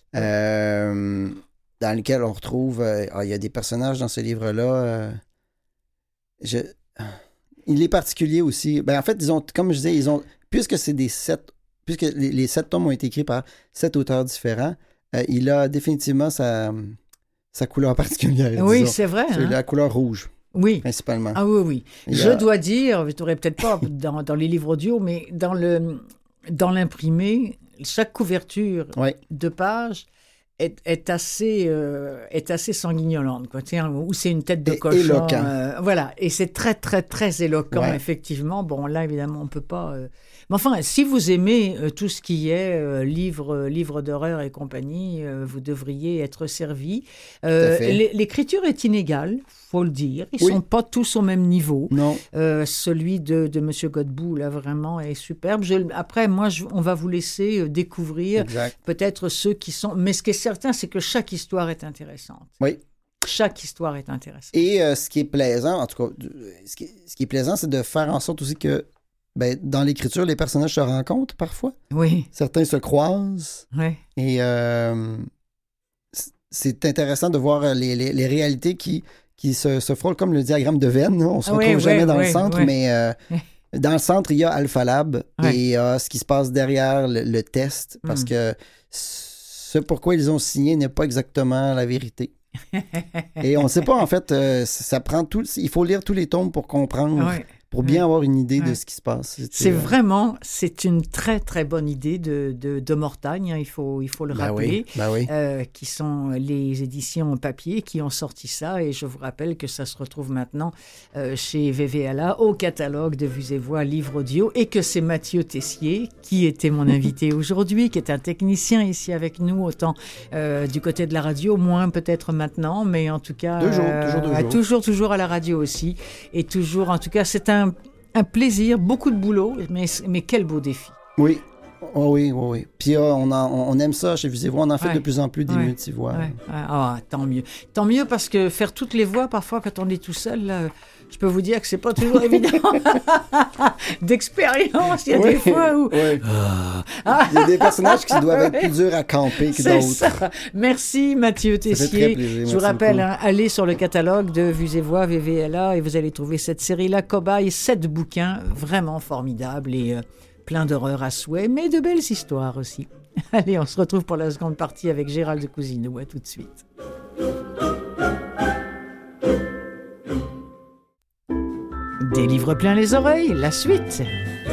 euh, dans lequel on retrouve... Euh, ah, il y a des personnages dans ce livre-là... Euh, je... Il est particulier aussi. Ben, en fait, ils ont, comme je disais, ils ont, puisque c'est des sept, puisque les, les sept tomes ont été écrits par sept auteurs différents, euh, il a définitivement sa, sa couleur particulière. Oui, disons. c'est vrai. C'est hein? la couleur rouge. Oui. Principalement. Ah oui, oui. Il je a... dois dire, tu n'aurais peut-être pas dans, dans les livres audio, mais dans, le, dans l'imprimé, chaque couverture ouais. de page Est, est assez euh, est assez sanguignolante, quoi. Tiens, ou c'est une tête de et, cochon. Éloquent. Euh, voilà, et c'est très très très éloquent, ouais. effectivement. Bon, là évidemment, on peut pas. Euh... Mais enfin, si vous aimez euh, tout ce qui est euh, livre livre d'horreur et compagnie, euh, vous devriez être servi. Euh, l'écriture est inégale, faut le dire. Ils oui. sont pas tous au même niveau. Non. Euh, celui de de Monsieur Godbout là vraiment est superbe. Je, après, moi, je, on va vous laisser découvrir exact. Peut-être ceux qui sont. Mais ce qui est certain, c'est que chaque histoire est intéressante. Oui. Chaque histoire est intéressante. Et euh, ce qui est plaisant, en tout cas, ce qui, ce qui est plaisant, c'est de faire en sorte aussi que ben, dans l'écriture, les personnages se rencontrent parfois. Oui. Certains se croisent. Oui. Et euh, c'est intéressant de voir les, les, les réalités qui, qui se, se frôlent comme le diagramme de Venn. On ne se retrouve oui, jamais oui, dans oui, le centre, oui. mais euh, dans le centre, il y a Alphalab oui. et il y a ce qui se passe derrière le, le test, parce mm. que ce pourquoi ils ont signé n'est pas exactement la vérité. Et on ne sait pas, en fait, euh, ça prend tout, il faut lire tous les tomes pour comprendre, oui. pour bien oui. avoir une idée oui. de ce qui se passe. C'est euh... vraiment, c'est une très très bonne idée de, de, de Mortagne, hein, il, faut, il faut le ben rappeler, oui, ben oui. euh, qui sont les éditions papier qui ont sorti ça, et je vous rappelle que ça se retrouve maintenant euh, chez V V L A au catalogue de Vues et Voix livre audio, et que c'est Mathieu Tessier qui était mon invité aujourd'hui, qui est un technicien ici avec nous, autant euh, du côté de la radio, moins peut-être maintenant, mais en tout cas toujours, euh, toujours, toujours. toujours, toujours à la radio aussi, et toujours, en tout cas, c'est un Un plaisir, beaucoup de boulot, mais, mais quel beau défi. Oui, oh oui, oui, oui. Puis euh, on, en, on aime ça chez Vues et Voix, on en fait ouais. de plus en plus des ouais. multivoix. Ouais. Ah, tant mieux. Tant mieux parce que faire toutes les voix, parfois, quand on est tout seul, là, je peux vous dire que c'est pas toujours évident. D'expérience, il y a oui, des fois où... Oui. Ah. Il y a des personnages qui doivent être plus durs à camper que d'autres. Ça. Merci Mathieu Tessier. Plaisir, je vous rappelle, hein, allez sur le catalogue de Vues et Voix V V L A et vous allez trouver cette série-là, Cobaye, sept bouquins vraiment formidables et euh, plein d'horreurs à souhait, mais de belles histoires aussi. Allez, on se retrouve pour la seconde partie avec Gérald Cousineau. À tout de suite. Des livres plein les oreilles, la suite.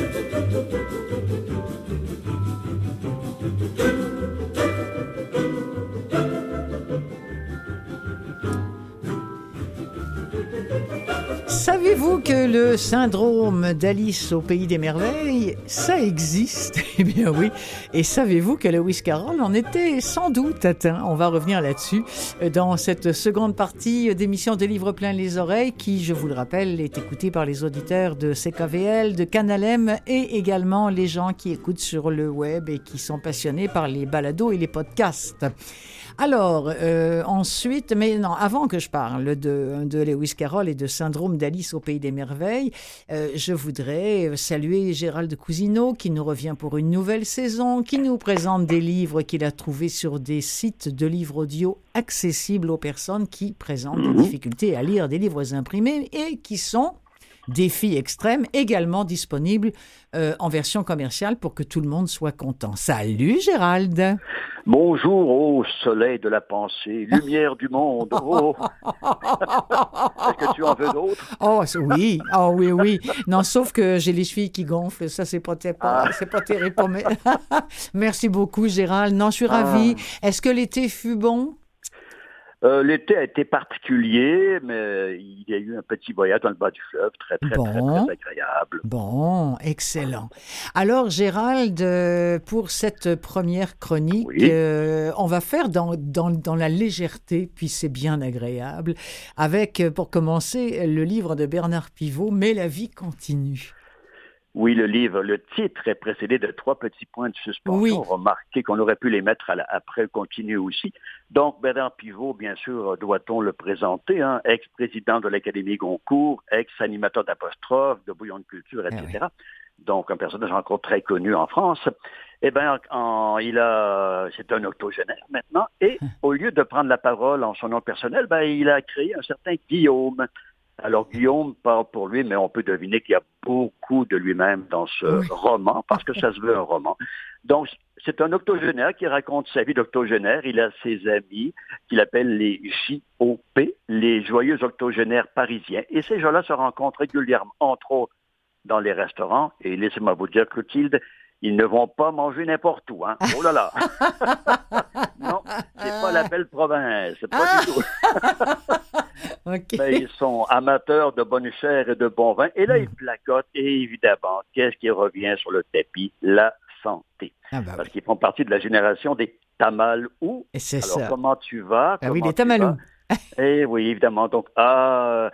Savez-vous que le syndrome d'Alice au Pays des Merveilles, ça existe? Eh bien oui. Et savez-vous que Lewis Carroll en était sans doute atteint? On va revenir là-dessus dans cette seconde partie d'émission des livres plein les oreilles qui, je vous le rappelle, est écoutée par les auditeurs de C K V L, de Canal M et également les gens qui écoutent sur le web et qui sont passionnés par les balados et les podcasts. Alors, euh, ensuite, mais non, avant que je parle de, de Lewis Carroll et de Syndrome d'Alice au Pays des Merveilles, euh, je voudrais saluer Gérald Cousineau qui nous revient pour une nouvelle saison, qui nous présente des livres qu'il a trouvés sur des sites de livres audio accessibles aux personnes qui présentent des difficultés à lire des livres imprimés et qui sont... Défi extrême, également disponible euh, en version commerciale pour que tout le monde soit content. Salut Gérald! Bonjour, ô soleil de la pensée, lumière du monde, oh! Est-ce que tu en veux d'autres? Oh oui, oh oui, oui. Non, sauf que j'ai les chevilles qui gonflent, ça c'est pas, pas, ah. c'est pas terrible pour moi. Merci beaucoup Gérald, non, je suis ravie. Ah. Est-ce que l'été fut bon? Euh, l'été a été particulier, mais il y a eu un petit voyage dans le bas du fleuve, très, très, bon. très, très agréable. Bon, excellent. Alors, Gérald, pour cette première chronique, oui. euh, on va faire dans, dans, dans la légèreté, puis c'est bien agréable, avec, pour commencer, le livre de Bernard Pivot, « Mais la vie continue ». Oui, le livre, le titre est précédé de trois petits points de suspension. Oui. Remarquez qu'on aurait pu les mettre à la, après continuer aussi. Donc, Bernard Pivot, bien sûr, doit-on le présenter, hein, ex-président de l'Académie Goncourt, ex-animateur d'apostrophe, de Bouillon de culture, et cetera. Eh oui. Donc, un personnage encore très connu en France. Eh bien, en, il a, c'est un octogénaire maintenant, et au lieu de prendre la parole en son nom personnel, ben, il a créé un certain Guillaume. Alors, Guillaume parle pour lui, mais on peut deviner qu'il y a beaucoup de lui-même dans ce oui. roman, parce que ça se veut un roman. Donc, c'est un octogénaire qui raconte sa vie d'octogénaire. Il a ses amis qu'il appelle les J O P, les joyeux octogénaires parisiens. Et ces gens-là se rencontrent régulièrement, entre autres, dans les restaurants. Et laissez-moi vous dire, Clotilde, ils ne vont pas manger n'importe où, hein. Oh là là! Non, c'est pas la belle province, pas ah. du tout. Okay. Mais ils sont amateurs de bonne chair et de bon vin. Et là, mmh. ils placotent. Et évidemment, qu'est-ce qui revient sur le tapis? La santé. Ah bah Parce oui. qu'ils font partie de la génération des tamalous. Et c'est Alors, ça. comment tu vas? Ah oui, les tamalous. Eh oui, évidemment. Donc, ah,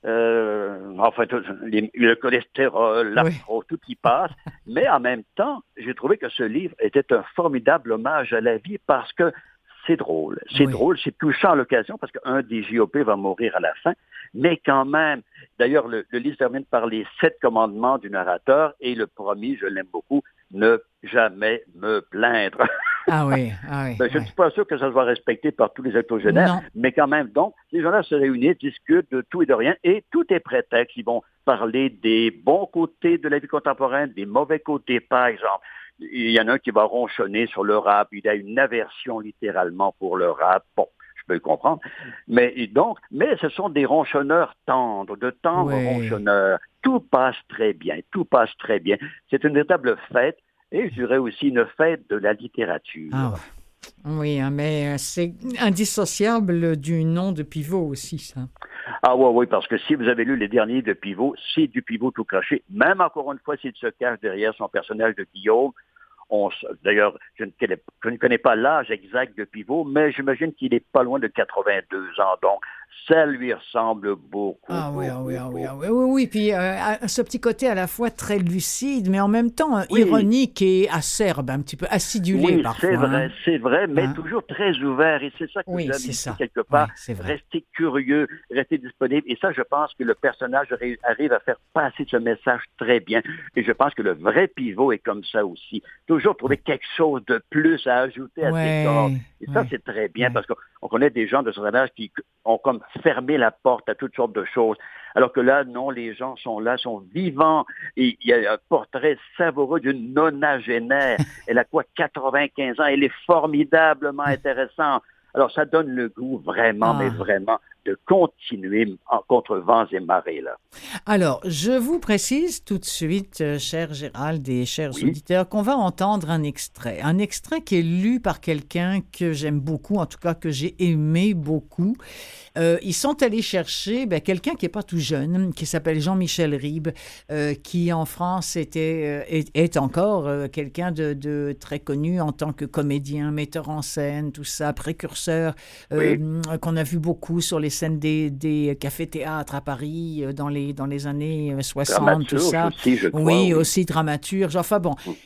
euh, enfin, tout, les, le cholestérol, l'afro, oui. tout y passe. Mais en même temps, j'ai trouvé que ce livre était un formidable hommage à la vie parce que c'est drôle. C'est oui. drôle, c'est touchant à l'occasion parce qu'un des J O P va mourir à la fin. Mais quand même, d'ailleurs, le, le livre termine par les sept commandements du narrateur et le premier, je l'aime beaucoup, ne jamais me plaindre. Ah oui, ah oui. Ben, je ne oui. suis pas sûr que ça soit respecté par tous les octogénaires, mais quand même, donc, ces gens-là se réunissent, discutent de tout et de rien, et tout est prétexte. Ils vont parler des bons côtés de la vie contemporaine, des mauvais côtés, par exemple. Il y en a un qui va ronchonner sur le rap, il a une aversion littéralement pour le rap. Bon, je peux le comprendre. Mais donc, mais ce sont des ronchonneurs tendres, de tendres oui. ronchonneurs. Tout passe très bien, tout passe très bien. C'est une véritable fête. Et je dirais aussi une fête de la littérature. Ah ouais. Oui, hein, mais c'est indissociable du nom de Pivot aussi, ça. Ah oui, oui, parce que si vous avez lu les derniers de Pivot, c'est du Pivot tout craché. Même encore une fois, s'il se cache derrière son personnage de Guillaume. On, d'ailleurs, je ne, connais, je ne connais pas l'âge exact de Pivot, mais j'imagine qu'il est pas loin de quatre-vingt-deux ans. Donc, ça lui ressemble beaucoup. Ah oui, beaucoup, ah oui, ah oui, ah oui, oui, oui. Puis euh, ce petit côté à la fois très lucide, mais en même temps oui. ironique et acerbe, un petit peu acidulé oui, parfois. c'est vrai, hein. c'est vrai, mais hein? toujours très ouvert. Et c'est ça que oui, j'aime c'est ici, ça. quelque part. Oui, rester curieux, rester disponible. Et ça, je pense que le personnage arrive à faire passer ce message très bien. Et je pense que le vrai Pivot est comme ça aussi. Toujours trouver quelque chose de plus à ajouter à ouais, ses cordes. Et ça, ouais, c'est très bien ouais. parce qu'on connaît des gens de ce âge qui ont comme fermé la porte à toutes sortes de choses. Alors que là, non, les gens sont là, sont vivants. Et il y a un portrait savoureux d'une nonagénaire. Elle a quoi, quatre-vingt-quinze ans? Elle est formidablement intéressante. Alors, ça donne le goût vraiment, ah. mais vraiment, de continuer en contre vents et marées, là. Alors, je vous précise tout de suite, euh, cher Gérald et chers oui. auditeurs, qu'on va entendre un extrait. Un extrait qui est lu par quelqu'un que j'aime beaucoup, en tout cas que j'ai aimé beaucoup. Euh, ils sont allés chercher ben, quelqu'un qui n'est pas tout jeune, qui s'appelle Jean-Michel Ribes, euh, qui en France était, euh, est, est encore euh, quelqu'un de, de très connu en tant que comédien, metteur en scène, tout ça, précurseur, euh, oui. qu'on a vu beaucoup sur les scènes des, des cafés-théâtres à Paris euh, dans, les, dans les années soixante, tout ça. Aussi, je crois, oui, oui, aussi dramaturge. Enfin bon, oui.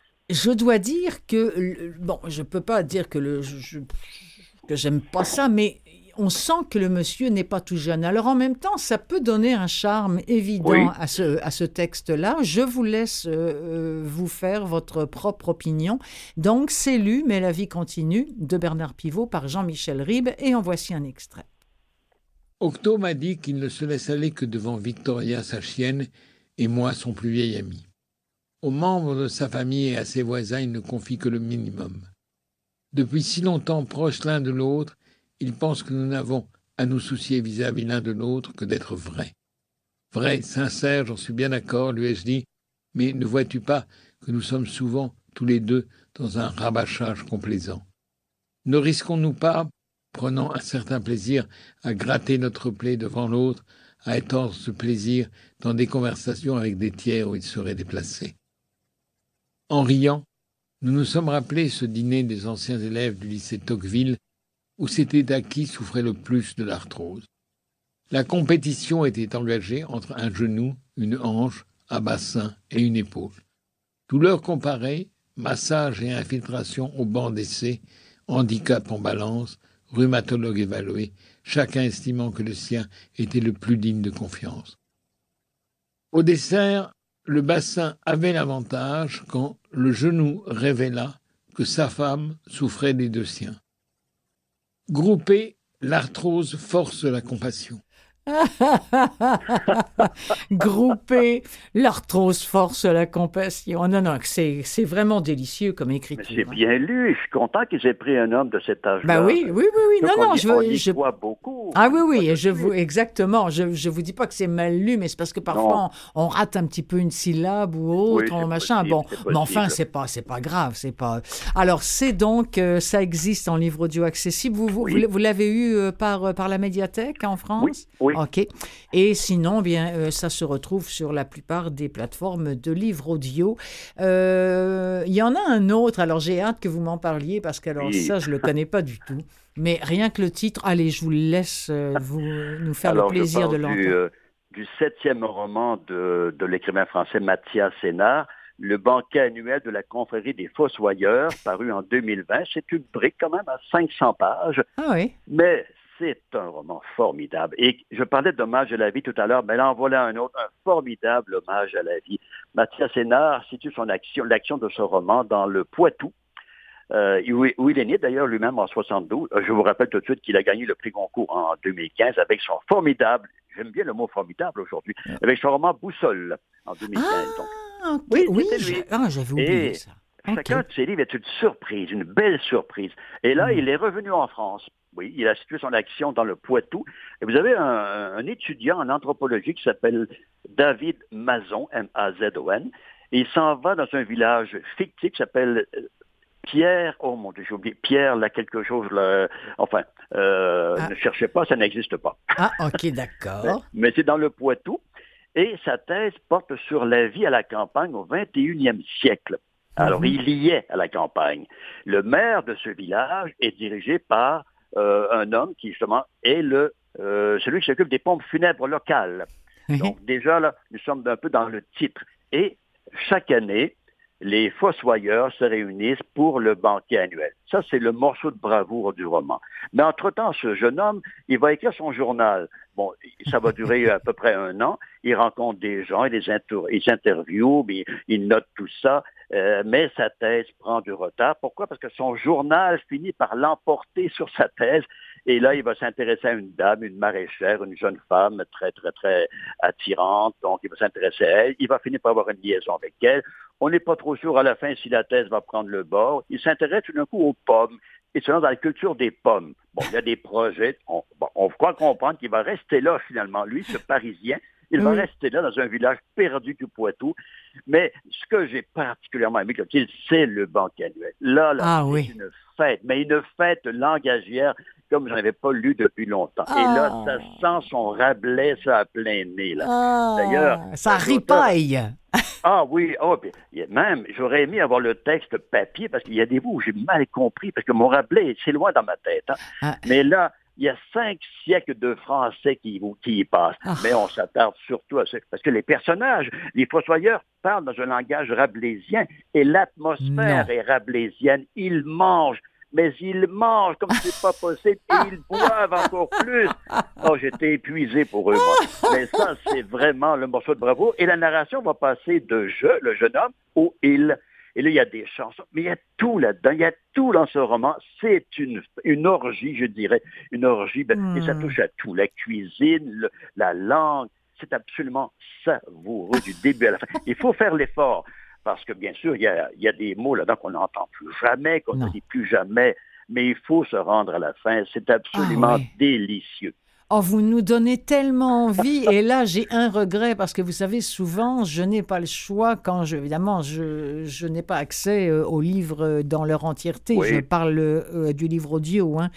je dois dire que, bon, je ne peux pas dire que, le, je, que j'aime pas ça, mais on sent que le monsieur n'est pas tout jeune. Alors en même temps, ça peut donner un charme évident oui. à ce, à ce texte-là. Je vous laisse euh, vous faire votre propre opinion. Donc, c'est lu, mais la vie continue, de Bernard Pivot par Jean-Michel Ribes, et en voici un extrait. Octo m'a dit qu'il ne se laisse aller que devant Victoria, sa chienne, et moi, son plus vieil ami. Aux membres de sa famille et à ses voisins, il ne confie que le minimum. Depuis si longtemps proches l'un de l'autre, il pense que nous n'avons à nous soucier vis-à-vis l'un de l'autre que d'être vrais. Vrai, sincère, j'en suis bien d'accord, lui ai-je dit, mais ne vois-tu pas que nous sommes souvent, tous les deux, dans un rabâchage complaisant? Ne risquons-nous pas, prenant un certain plaisir à gratter notre plaie devant l'autre, à étendre ce plaisir dans des conversations avec des tiers où il serait déplacé? En riant, nous nous sommes rappelés ce dîner des anciens élèves du lycée Tocqueville, où c'était à qui souffrait le plus de l'arthrose. La compétition était engagée entre un genou, une hanche, à bassin et une épaule. Douleurs comparées, massage et infiltration au banc d'essai, handicap en balance, rhumatologue évalué, chacun estimant que le sien était le plus digne de confiance. Au dessert, le bassin avait l'avantage quand le genou révéla que sa femme souffrait des deux siens. Groupé, l'arthrose force la compassion. Groupé, l'arthrose force la compassion. Non, non, c'est, c'est vraiment délicieux comme écriture. Mais c'est bien lu. Je suis content qu'ils aient pris un homme de cet âge-là. Ben oui, oui, oui, oui. Donc non, non, on y, je on veux. y je... croit beaucoup. Ah oui, oui, je vous, exactement. Je, je vous dis pas que c'est mal lu, mais c'est parce que parfois on, on rate un petit peu une syllabe ou autre, oui, on machin. Possible, bon, mais enfin, c'est pas, c'est pas grave, c'est pas. Alors, c'est donc, euh, ça existe en livre audio accessible. Vous, vous, oui. vous, vous l'avez eu euh, par, par la médiathèque en France? Oui, oui. OK. Et sinon, bien, euh, ça se retrouve sur la plupart des plateformes de livres audio. Euh, il y en a un autre, alors j'ai hâte que vous m'en parliez, parce que alors oui. ça, je le connais pas du tout. Mais rien que le titre, allez, je vous laisse euh, vous, nous faire alors, le plaisir de l'entendre. Du, euh, du septième roman de, de l'écrivain français Mathias Sénard, Le banquet annuel de la confrérie des Fossoyeurs, paru en deux mille vingt. C'est une brique quand même à cinq cents pages. Ah oui. Mais c'est un roman formidable. Et je parlais d'hommage à la vie tout à l'heure, mais là en voilà un autre, un formidable hommage à la vie. Mathias Sénard situe son action, l'action de ce roman dans le Poitou, euh, où, où il est né d'ailleurs lui-même en soixante-douze. Je vous rappelle tout de suite qu'il a gagné le prix Goncourt en deux mille quinze avec son formidable, j'aime bien le mot formidable aujourd'hui, avec son roman Boussole en deux mille quinze. Ah, donc. okay. Oui, oui lui. Ah, j'avais oublié Et ça. Chacun okay. de ses livres est une surprise, une belle surprise. Et là, mmh. il est revenu en France. Oui, il a situé son action dans le Poitou. Et vous avez un, un étudiant en anthropologie qui s'appelle David Mazon, M A Z O N. Et il s'en va dans un village fictif qui s'appelle Pierre, oh mon Dieu, j'ai oublié, Pierre, là, quelque chose, là, enfin, euh, ah. ne cherchez pas, ça n'existe pas. Ah, ok, d'accord. mais, mais c'est dans le Poitou. Et sa thèse porte sur la vie à la campagne au vingt et unième siècle. Alors, mm-hmm. il y est à la campagne. Le maire de ce village est dirigé par euh, un homme qui, justement, est le euh, celui qui s'occupe des pompes funèbres locales. Mm-hmm. Donc, déjà, là, nous sommes un peu dans le titre. Et chaque année, les fossoyeurs se réunissent pour le banquet annuel. Ça, c'est le morceau de bravoure du roman. Mais entre-temps, ce jeune homme, il va écrire son journal. Bon, ça va durer à peu près un an. Il rencontre des gens, il les inter- il s'interviewe, il, il note tout ça. Euh, mais sa thèse prend du retard. Pourquoi? Parce que son journal finit par l'emporter sur sa thèse. Et là, il va s'intéresser à une dame, une maraîchère, une jeune femme très, très, très attirante. Donc, il va s'intéresser à elle. Il va finir par avoir une liaison avec elle. On n'est pas trop sûr à la fin si la thèse va prendre le bord. Il s'intéresse tout d'un coup aux pommes. Et selon dans la culture des pommes. Bon, il y a des projets. On, bon, on croit comprendre qu'il va rester là, finalement. Lui, ce Parisien, il va oui. rester là, dans un village perdu du Poitou. Mais ce que j'ai particulièrement aimé, c'est le banquet annuel. Là, là, ah, c'est oui. une fête, mais une fête langagière comme je n'avais pas lu depuis longtemps. Ah. Et là, ça sent son Rabelais, ça à plein nez, là. Ah. D'ailleurs... Ça ripaille. Ah oui, oh, même, j'aurais aimé avoir le texte papier, parce qu'il y a des bouts où j'ai mal compris, parce que mon Rabelais, c'est loin dans ma tête. Hein. Ah. Mais là, il y a cinq siècles de français qui, qui y passent. Ah. Mais on s'attarde surtout à ça. Parce que les personnages, les fossoyeurs parlent dans un langage rabelaisien et l'atmosphère non. est rabelaisienne. Ils mangent, mais ils mangent comme c'est pas possible et ils boivent encore plus. Oh, j'étais épuisé pour eux, moi. Mais ça, c'est vraiment le morceau de bravoure. Et la narration va passer de je, le jeune homme, au il. Et là, il y a des chansons, mais il y a tout là-dedans, il y a tout dans ce roman. C'est une, une orgie, je dirais, une orgie, ben, mmh. et ça touche à tout, la cuisine, le, la langue, c'est absolument savoureux du début à la fin. Il faut faire l'effort, parce que bien sûr, il y a, il y a des mots là-dedans qu'on n'entend plus jamais, qu'on ne dit plus jamais, mais il faut se rendre à la fin, c'est absolument ah, oui. délicieux. Oh, vous nous donnez tellement envie. Et là, j'ai un regret parce que vous savez, souvent, je n'ai pas le choix quand, je, évidemment, je, je n'ai pas accès euh, aux livres dans leur entièreté. Oui. Je parle euh, du livre audio, hein.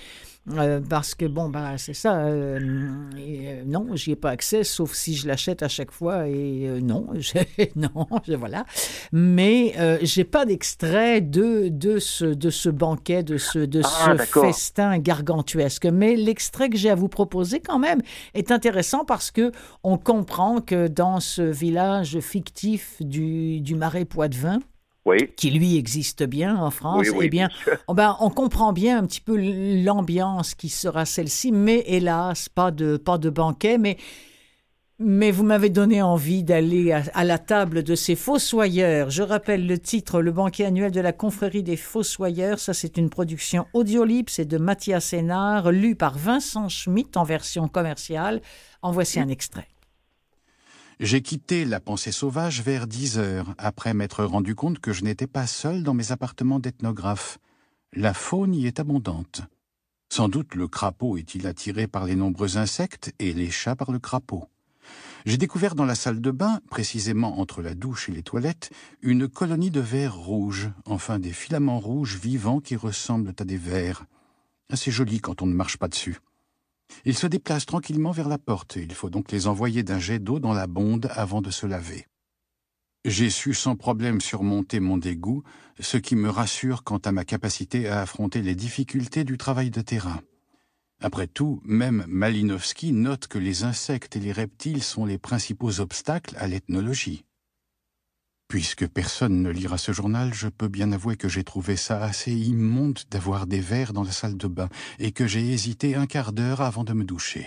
Euh, parce que, bon, ben, c'est ça. Euh, et, euh, non, j'y ai pas accès, sauf si je l'achète à chaque fois. Et euh, non, je, non, je, voilà. Mais euh, j'ai pas d'extrait de, de, ce, de ce banquet, de ce, de Ah, ce festin gargantuesque. Mais l'extrait que j'ai à vous proposer, quand même, est intéressant parce que on comprend que dans ce village fictif du, du Marais Poitevin, oui. qui lui existe bien en France, oui, oui, eh bien, bien oh ben, on comprend bien un petit peu l'ambiance qui sera celle-ci, mais hélas, pas de, pas de banquet, mais, mais vous m'avez donné envie d'aller à, à la table de ces fossoyeurs. Je rappelle le titre, Le banquet annuel de la confrérie des fossoyeurs. Ça, c'est une production Audiolib, c'est de Mathias Hénard, lu par Vincent Schmitt en version commerciale. En voici un extrait. J'ai quitté la pensée sauvage vers dix heures, après m'être rendu compte que je n'étais pas seul dans mes appartements d'ethnographe. La faune y est abondante. Sans doute le crapaud est-il attiré par les nombreux insectes et les chats par le crapaud. J'ai découvert dans la salle de bain, précisément entre la douche et les toilettes, une colonie de vers rouges, enfin des filaments rouges vivants qui ressemblent à des vers. C'est joli quand on ne marche pas dessus. Ils se déplacent tranquillement vers la porte. Il faut donc les envoyer d'un jet d'eau dans la bonde avant de se laver. J'ai su sans problème surmonter mon dégoût, ce qui me rassure quant à ma capacité à affronter les difficultés du travail de terrain. Après tout, même Malinowski note que les insectes et les reptiles sont les principaux obstacles à l'ethnologie. Puisque personne ne lira ce journal, je peux bien avouer que j'ai trouvé ça assez immonde d'avoir des vers dans la salle de bain et que j'ai hésité un quart d'heure avant de me doucher.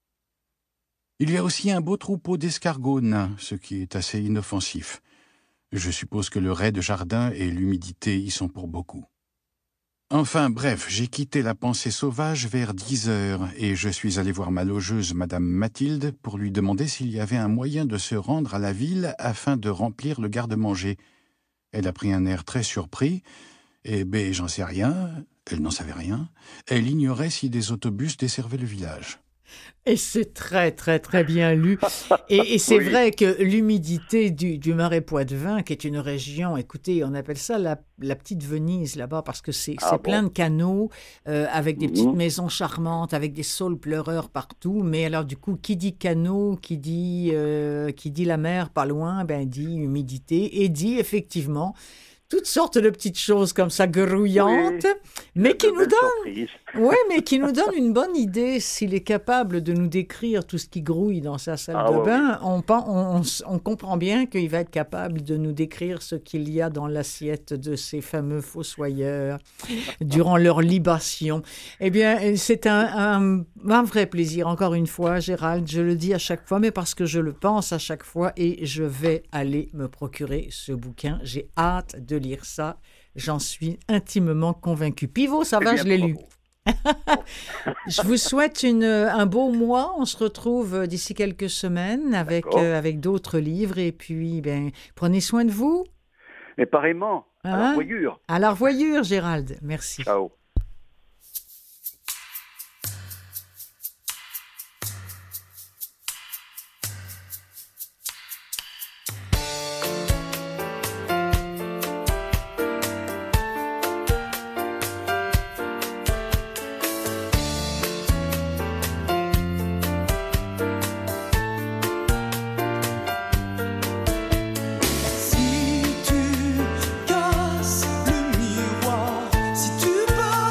Il y a aussi un beau troupeau d'escargots nains, ce qui est assez inoffensif. Je suppose que le rai de jardin et l'humidité y sont pour beaucoup. Enfin bref, j'ai quitté la pensée sauvage vers dix heures et je suis allé voir ma logeuse, Madame Mathilde, pour lui demander s'il y avait un moyen de se rendre à la ville afin de remplir le garde-manger. Elle a pris un air très surpris, et ben j'en sais rien, elle n'en savait rien, elle ignorait si des autobus desservaient le village. Et c'est très, très, très bien lu. Et, et c'est oui. vrai que l'humidité du, du Marais Poitevin, qui est une région, écoutez, on appelle ça la, la petite Venise là-bas, parce que c'est, ah c'est bon. plein de canaux, euh, avec des mmh. petites maisons charmantes, avec des saules pleureurs partout. Mais alors, du coup, qui dit canaux, qui dit, euh, qui dit la mer pas loin, ben dit humidité, et dit effectivement toutes sortes de petites choses comme ça grouillantes, oui, mais qui nous donnent, ouais, mais qui nous donne une bonne idée. S'il est capable de nous décrire tout ce qui grouille dans sa salle ah, de ouais, bain, oui. on, on, on comprend bien qu'il va être capable de nous décrire ce qu'il y a dans l'assiette de ces fameux fossoyeurs durant leur libation. Eh bien, c'est un, un, un vrai plaisir, encore une fois, Gérald, je le dis à chaque fois, mais parce que je le pense à chaque fois, et je vais aller me procurer ce bouquin. J'ai hâte de lire ça, j'en suis intimement convaincu. Pivot, ça va, je l'ai lu. Je vous souhaite une, un beau mois. On se retrouve d'ici quelques semaines avec, euh, avec d'autres livres. Et puis, ben, prenez soin de vous. Et pareillement, hein? À la revoyure. À la revoyure, Gérald. Merci. Ciao. Si tu casses le miroir, si tu pars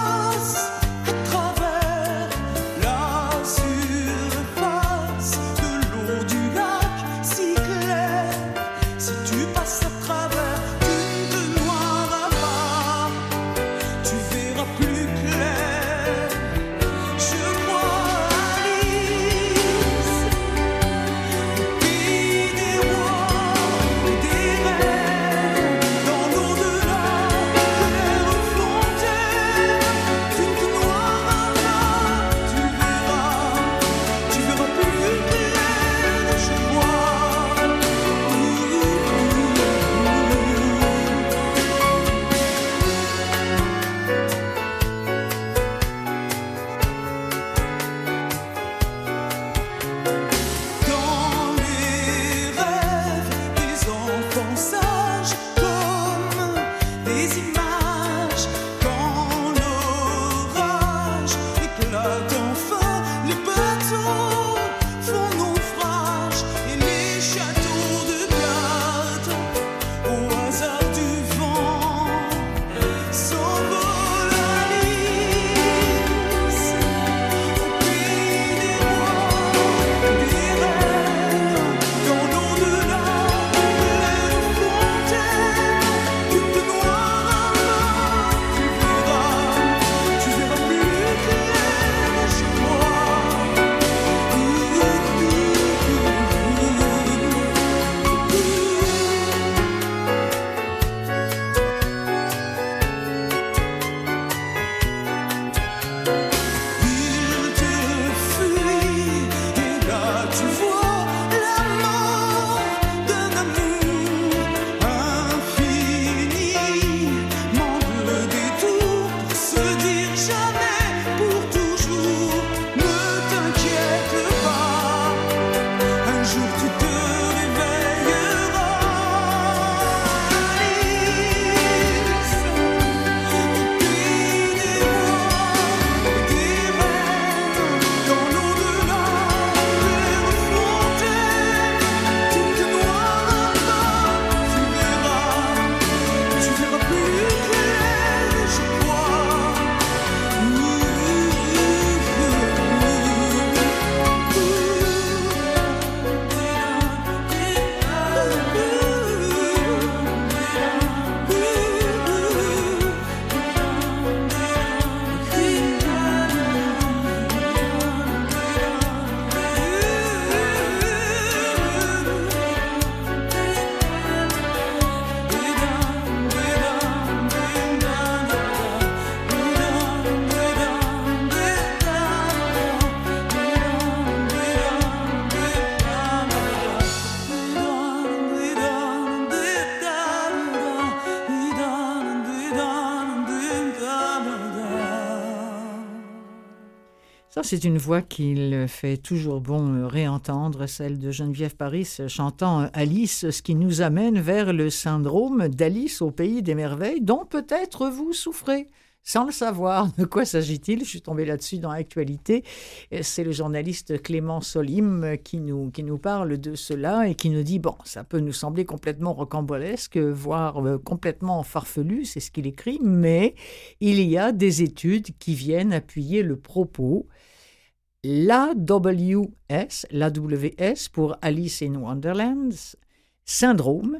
c'est une voix qu'il fait toujours bon réentendre, celle de Geneviève Paris chantant Alice, ce qui nous amène vers le syndrome d'Alice au pays des merveilles, dont peut-être vous souffrez. Sans le savoir, de quoi s'agit-il? Je suis tombée là-dessus dans l'actualité. C'est le journaliste Clément Solim qui nous, qui nous parle de cela et qui nous dit, bon, ça peut nous sembler complètement rocambolesque, voire euh, complètement farfelu, c'est ce qu'il écrit, mais il y a des études qui viennent appuyer le propos. L'A W S, l'A W S pour Alice in Wonderland, syndrome,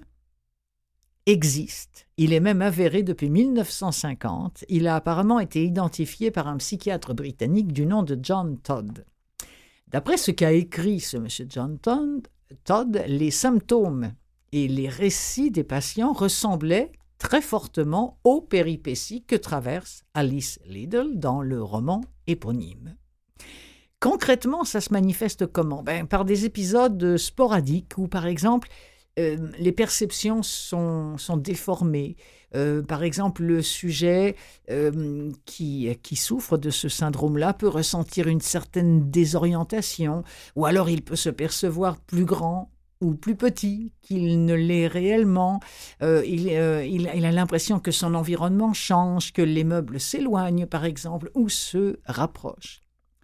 existe. Il est même avéré depuis mille neuf cent cinquante. Il a apparemment été identifié par un psychiatre britannique du nom de John Todd. D'après ce qu'a écrit ce monsieur John Todd, Todd, les symptômes et les récits des patients ressemblaient très fortement aux péripéties que traverse Alice Liddell dans le roman éponyme. Concrètement, ça se manifeste comment? Ben, par des épisodes sporadiques où, par exemple, Euh, les perceptions sont, sont déformées. Euh, par exemple, le sujet euh, qui, qui souffre de ce syndrome-là peut ressentir une certaine désorientation, ou alors il peut se percevoir plus grand ou plus petit qu'il ne l'est réellement. Euh, il, euh, il, il a l'impression que son environnement change, que les meubles s'éloignent, par exemple, ou se rapprochent.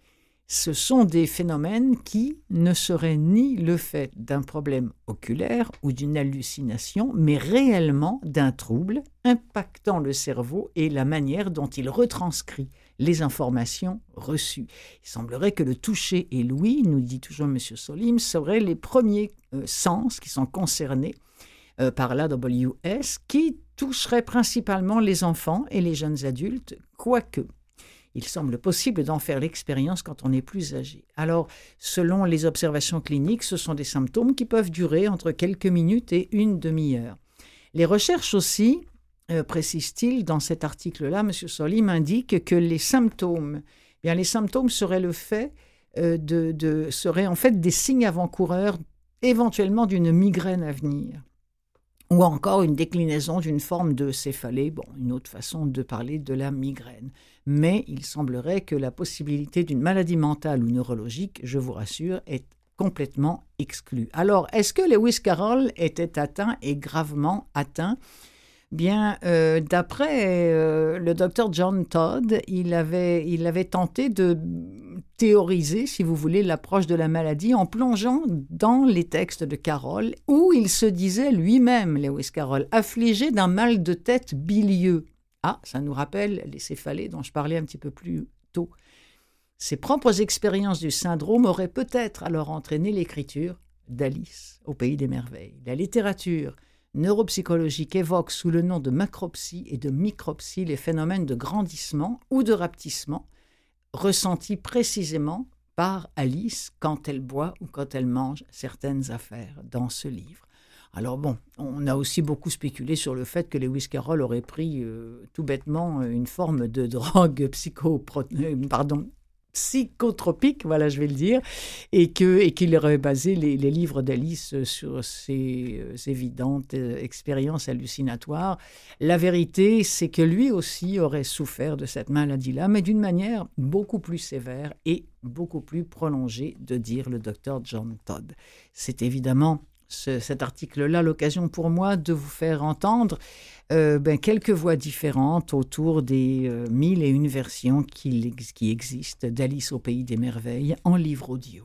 Ce sont des phénomènes qui ne seraient ni le fait d'un problème oculaire ou d'une hallucination, mais réellement d'un trouble impactant le cerveau et la manière dont il retranscrit les informations reçues. Il semblerait que le toucher et l'ouïe, nous dit toujours M. Solim, seraient les premiers euh, sens qui sont concernés euh, par l'A W S, qui toucheraient principalement les enfants et les jeunes adultes, quoique il semble possible d'en faire l'expérience quand on est plus âgé. Alors, selon les observations cliniques, ce sont des symptômes qui peuvent durer entre quelques minutes et une demi-heure. Les recherches aussi, euh, précise-t-il dans cet article-là, M. Solim indique que les symptômes, eh bien, les symptômes seraient le fait euh, de, de, seraient en fait des signes avant-coureurs, éventuellement d'une migraine à venir, ou encore une déclinaison d'une forme de céphalée, bon, une autre façon de parler de la migraine. Mais il semblerait que la possibilité d'une maladie mentale ou neurologique, je vous rassure, est complètement exclue. Alors, est-ce que Lewis Carroll était atteint et gravement atteint? Bien, euh, d'après euh, le docteur John Todd, il avait, il avait tenté de théoriser, si vous voulez, l'approche de la maladie en plongeant dans les textes de Carroll, où il se disait lui-même, Lewis Carroll, affligé d'un mal de tête bilieux. Ah, ça nous rappelle les céphalées dont je parlais un petit peu plus tôt. Ses propres expériences du syndrome auraient peut-être alors entraîné l'écriture d'Alice au pays des merveilles. La littérature neuropsychologique évoque sous le nom de macropsie et de micropsie les phénomènes de grandissement ou de rapetissement ressentis précisément par Alice quand elle boit ou quand elle mange certaines affaires dans ce livre. Alors bon, on a aussi beaucoup spéculé sur le fait que Lewis Carroll aurait pris euh, tout bêtement une forme de drogue psychopro... pardon, psychotropique, voilà, je vais le dire, et que et qu'il aurait basé les, les livres d'Alice sur ces euh, évidentes euh, expériences hallucinatoires. La vérité, c'est que lui aussi aurait souffert de cette maladie-là, mais d'une manière beaucoup plus sévère et beaucoup plus prolongée, de dire le docteur John Todd. C'est évidemment ce, cet article-là l'occasion pour moi de vous faire entendre euh, ben, quelques voix différentes autour des euh, mille et une versions qui, qui existent d'Alice au pays des merveilles en livre audio.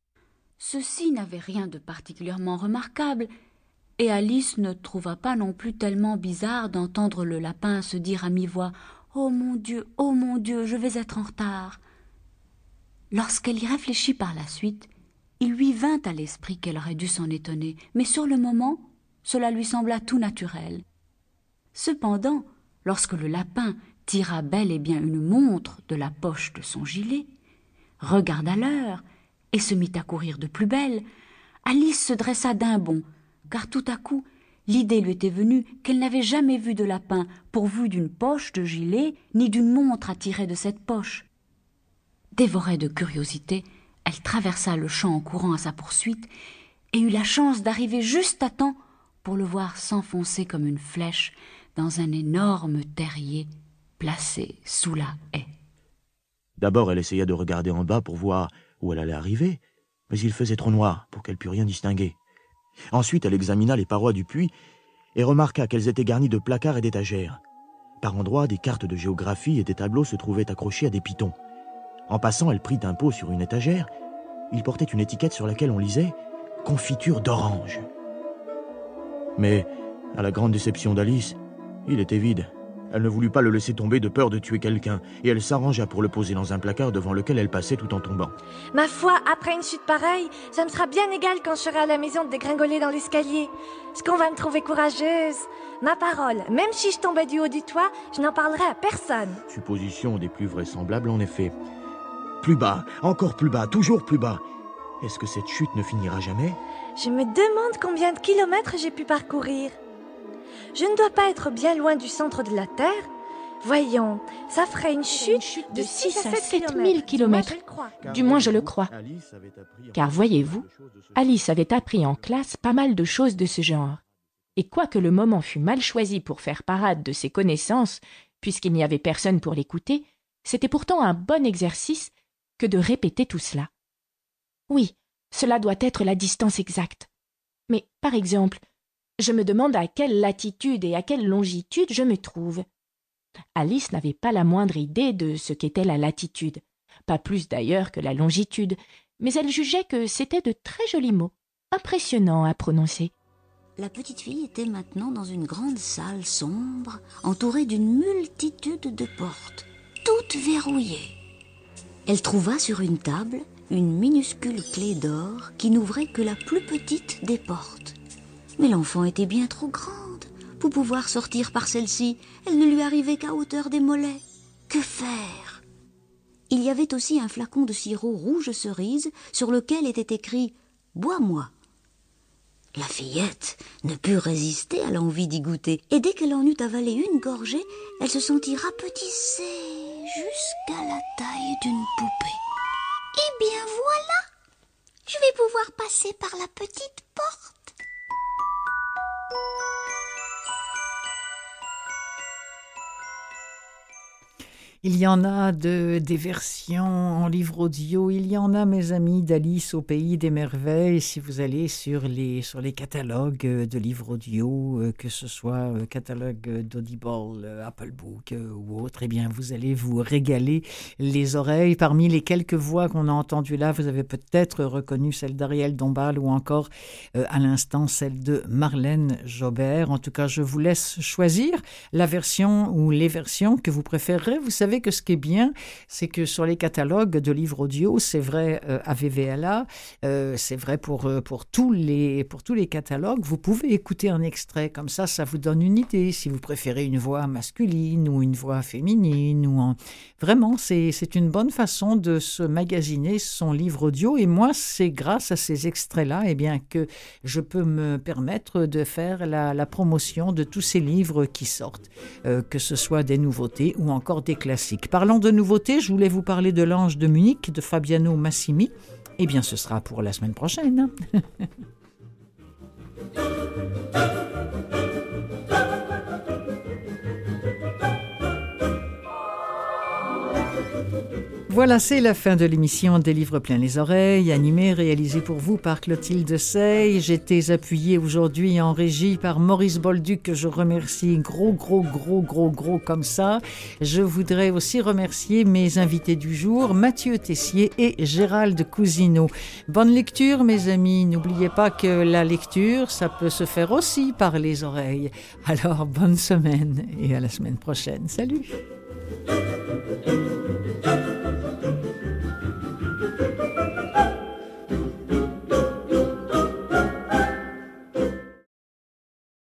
Ceci n'avait rien de particulièrement remarquable, et Alice ne trouva pas non plus tellement bizarre d'entendre le lapin se dire à mi-voix « Oh mon Dieu, oh mon Dieu, je vais être en retard !» Lorsqu'elle y réfléchit par la suite, il lui vint à l'esprit qu'elle aurait dû s'en étonner, mais sur le moment, cela lui sembla tout naturel. Cependant, lorsque le lapin tira bel et bien une montre de la poche de son gilet, regarda l'heure et se mit à courir de plus belle, Alice se dressa d'un bond, car tout à coup, l'idée lui était venue qu'elle n'avait jamais vu de lapin pourvu d'une poche de gilet ni d'une montre à tirer de cette poche. Dévorée de curiosité, elle traversa le champ en courant à sa poursuite et eut la chance d'arriver juste à temps pour le voir s'enfoncer comme une flèche dans un énorme terrier placé sous la haie. D'abord, elle essaya de regarder en bas pour voir où elle allait arriver, mais il faisait trop noir pour qu'elle pût rien distinguer. Ensuite, elle examina les parois du puits et remarqua qu'elles étaient garnies de placards et d'étagères. Par endroits, des cartes de géographie et des tableaux se trouvaient accrochés à des pitons. En passant, elle prit un pot sur une étagère. Il portait une étiquette sur laquelle on lisait « Confiture d'orange ». Mais, à la grande déception d'Alice, il était vide. Elle ne voulut pas le laisser tomber de peur de tuer quelqu'un, et elle s'arrangea pour le poser dans un placard devant lequel elle passait tout en tombant. Ma foi, après une chute pareille, ça me sera bien égal quand je serai à la maison de dégringoler dans l'escalier. Est-ce qu'on va me trouver courageuse? Ma parole, même si je tombais du haut du toit, je n'en parlerai à personne. Supposition des plus vraisemblables, en effet. Plus bas, encore plus bas, toujours plus bas. Est-ce que cette chute ne finira jamais? Je me demande combien de kilomètres j'ai pu parcourir. Je ne dois pas être bien loin du centre de la Terre. Voyons, ça ferait une chute, une chute de six à sept mille kilomètres. Du moins, je le crois. Car voyez-vous, Alice avait appris en classe pas mal de choses de ce genre. Et quoique le moment fût mal choisi pour faire parade de ses connaissances, puisqu'il n'y avait personne pour l'écouter, c'était pourtant un bon exercice que de répéter tout cela. Oui, cela doit être la distance exacte. Mais, par exemple, je me demande à quelle latitude et à quelle longitude je me trouve. Alice n'avait pas la moindre idée de ce qu'était la latitude, pas plus d'ailleurs que la longitude, mais elle jugeait que c'étaient de très jolis mots, impressionnants à prononcer. La petite fille était maintenant dans une grande salle sombre, entourée d'une multitude de portes, toutes verrouillées. Elle trouva sur une table une minuscule clé d'or qui n'ouvrait que la plus petite des portes. Mais l'enfant était bien trop grande pour pouvoir sortir par celle-ci. Elle ne lui arrivait qu'à hauteur des mollets. Que faire? Il y avait aussi un flacon de sirop rouge cerise sur lequel était écrit « Bois-moi ». La fillette ne put résister à l'envie d'y goûter, et dès qu'elle en eut avalé une gorgée, elle se sentit rapetissée jusqu'à la taille d'une poupée. « Eh bien voilà, je vais pouvoir passer par la petite porte. » Il y en a de, des versions en livre audio, il y en a, mes amis, d'Alice au pays des merveilles. Si vous allez sur les, sur les catalogues de livres audio, que ce soit catalogue d'Audible, Apple Book ou autre, eh bien, vous allez vous régaler les oreilles. Parmi les quelques voix qu'on a entendues là, vous avez peut-être reconnu celle d'Ariel Dombal ou encore euh, à l'instant celle de Marlène Jobert. En tout cas, je vous laisse choisir la version ou les versions que vous préférerez. Vous savez que ce qui est bien, c'est que sur les catalogues de livres audio, c'est vrai euh, à V V L A, euh, c'est vrai pour, euh, pour, tous les, pour tous les catalogues, vous pouvez écouter un extrait, comme ça, ça vous donne une idée, si vous préférez une voix masculine ou une voix féminine. Ou en... Vraiment, c'est, c'est une bonne façon de se magasiner son livre audio, et moi, c'est grâce à ces extraits-là eh bien, que je peux me permettre de faire la, la promotion de tous ces livres qui sortent, euh, que ce soit des nouveautés ou encore des classiques. Parlant de nouveautés, je voulais vous parler de L'Ange de Munich de Fabiano Massimi. Eh bien, ce sera pour la semaine prochaine. Voilà, c'est la fin de l'émission des livres plein les oreilles, animée, réalisée pour vous par Clotilde Sey. J'étais appuyée aujourd'hui en régie par Maurice Bolduc, que je remercie gros, gros, gros, gros, gros comme ça. Je voudrais aussi remercier mes invités du jour, Mathieu Tessier et Gérald Cousineau. Bonne lecture, mes amis. N'oubliez pas que la lecture, ça peut se faire aussi par les oreilles. Alors, bonne semaine et à la semaine prochaine. Salut!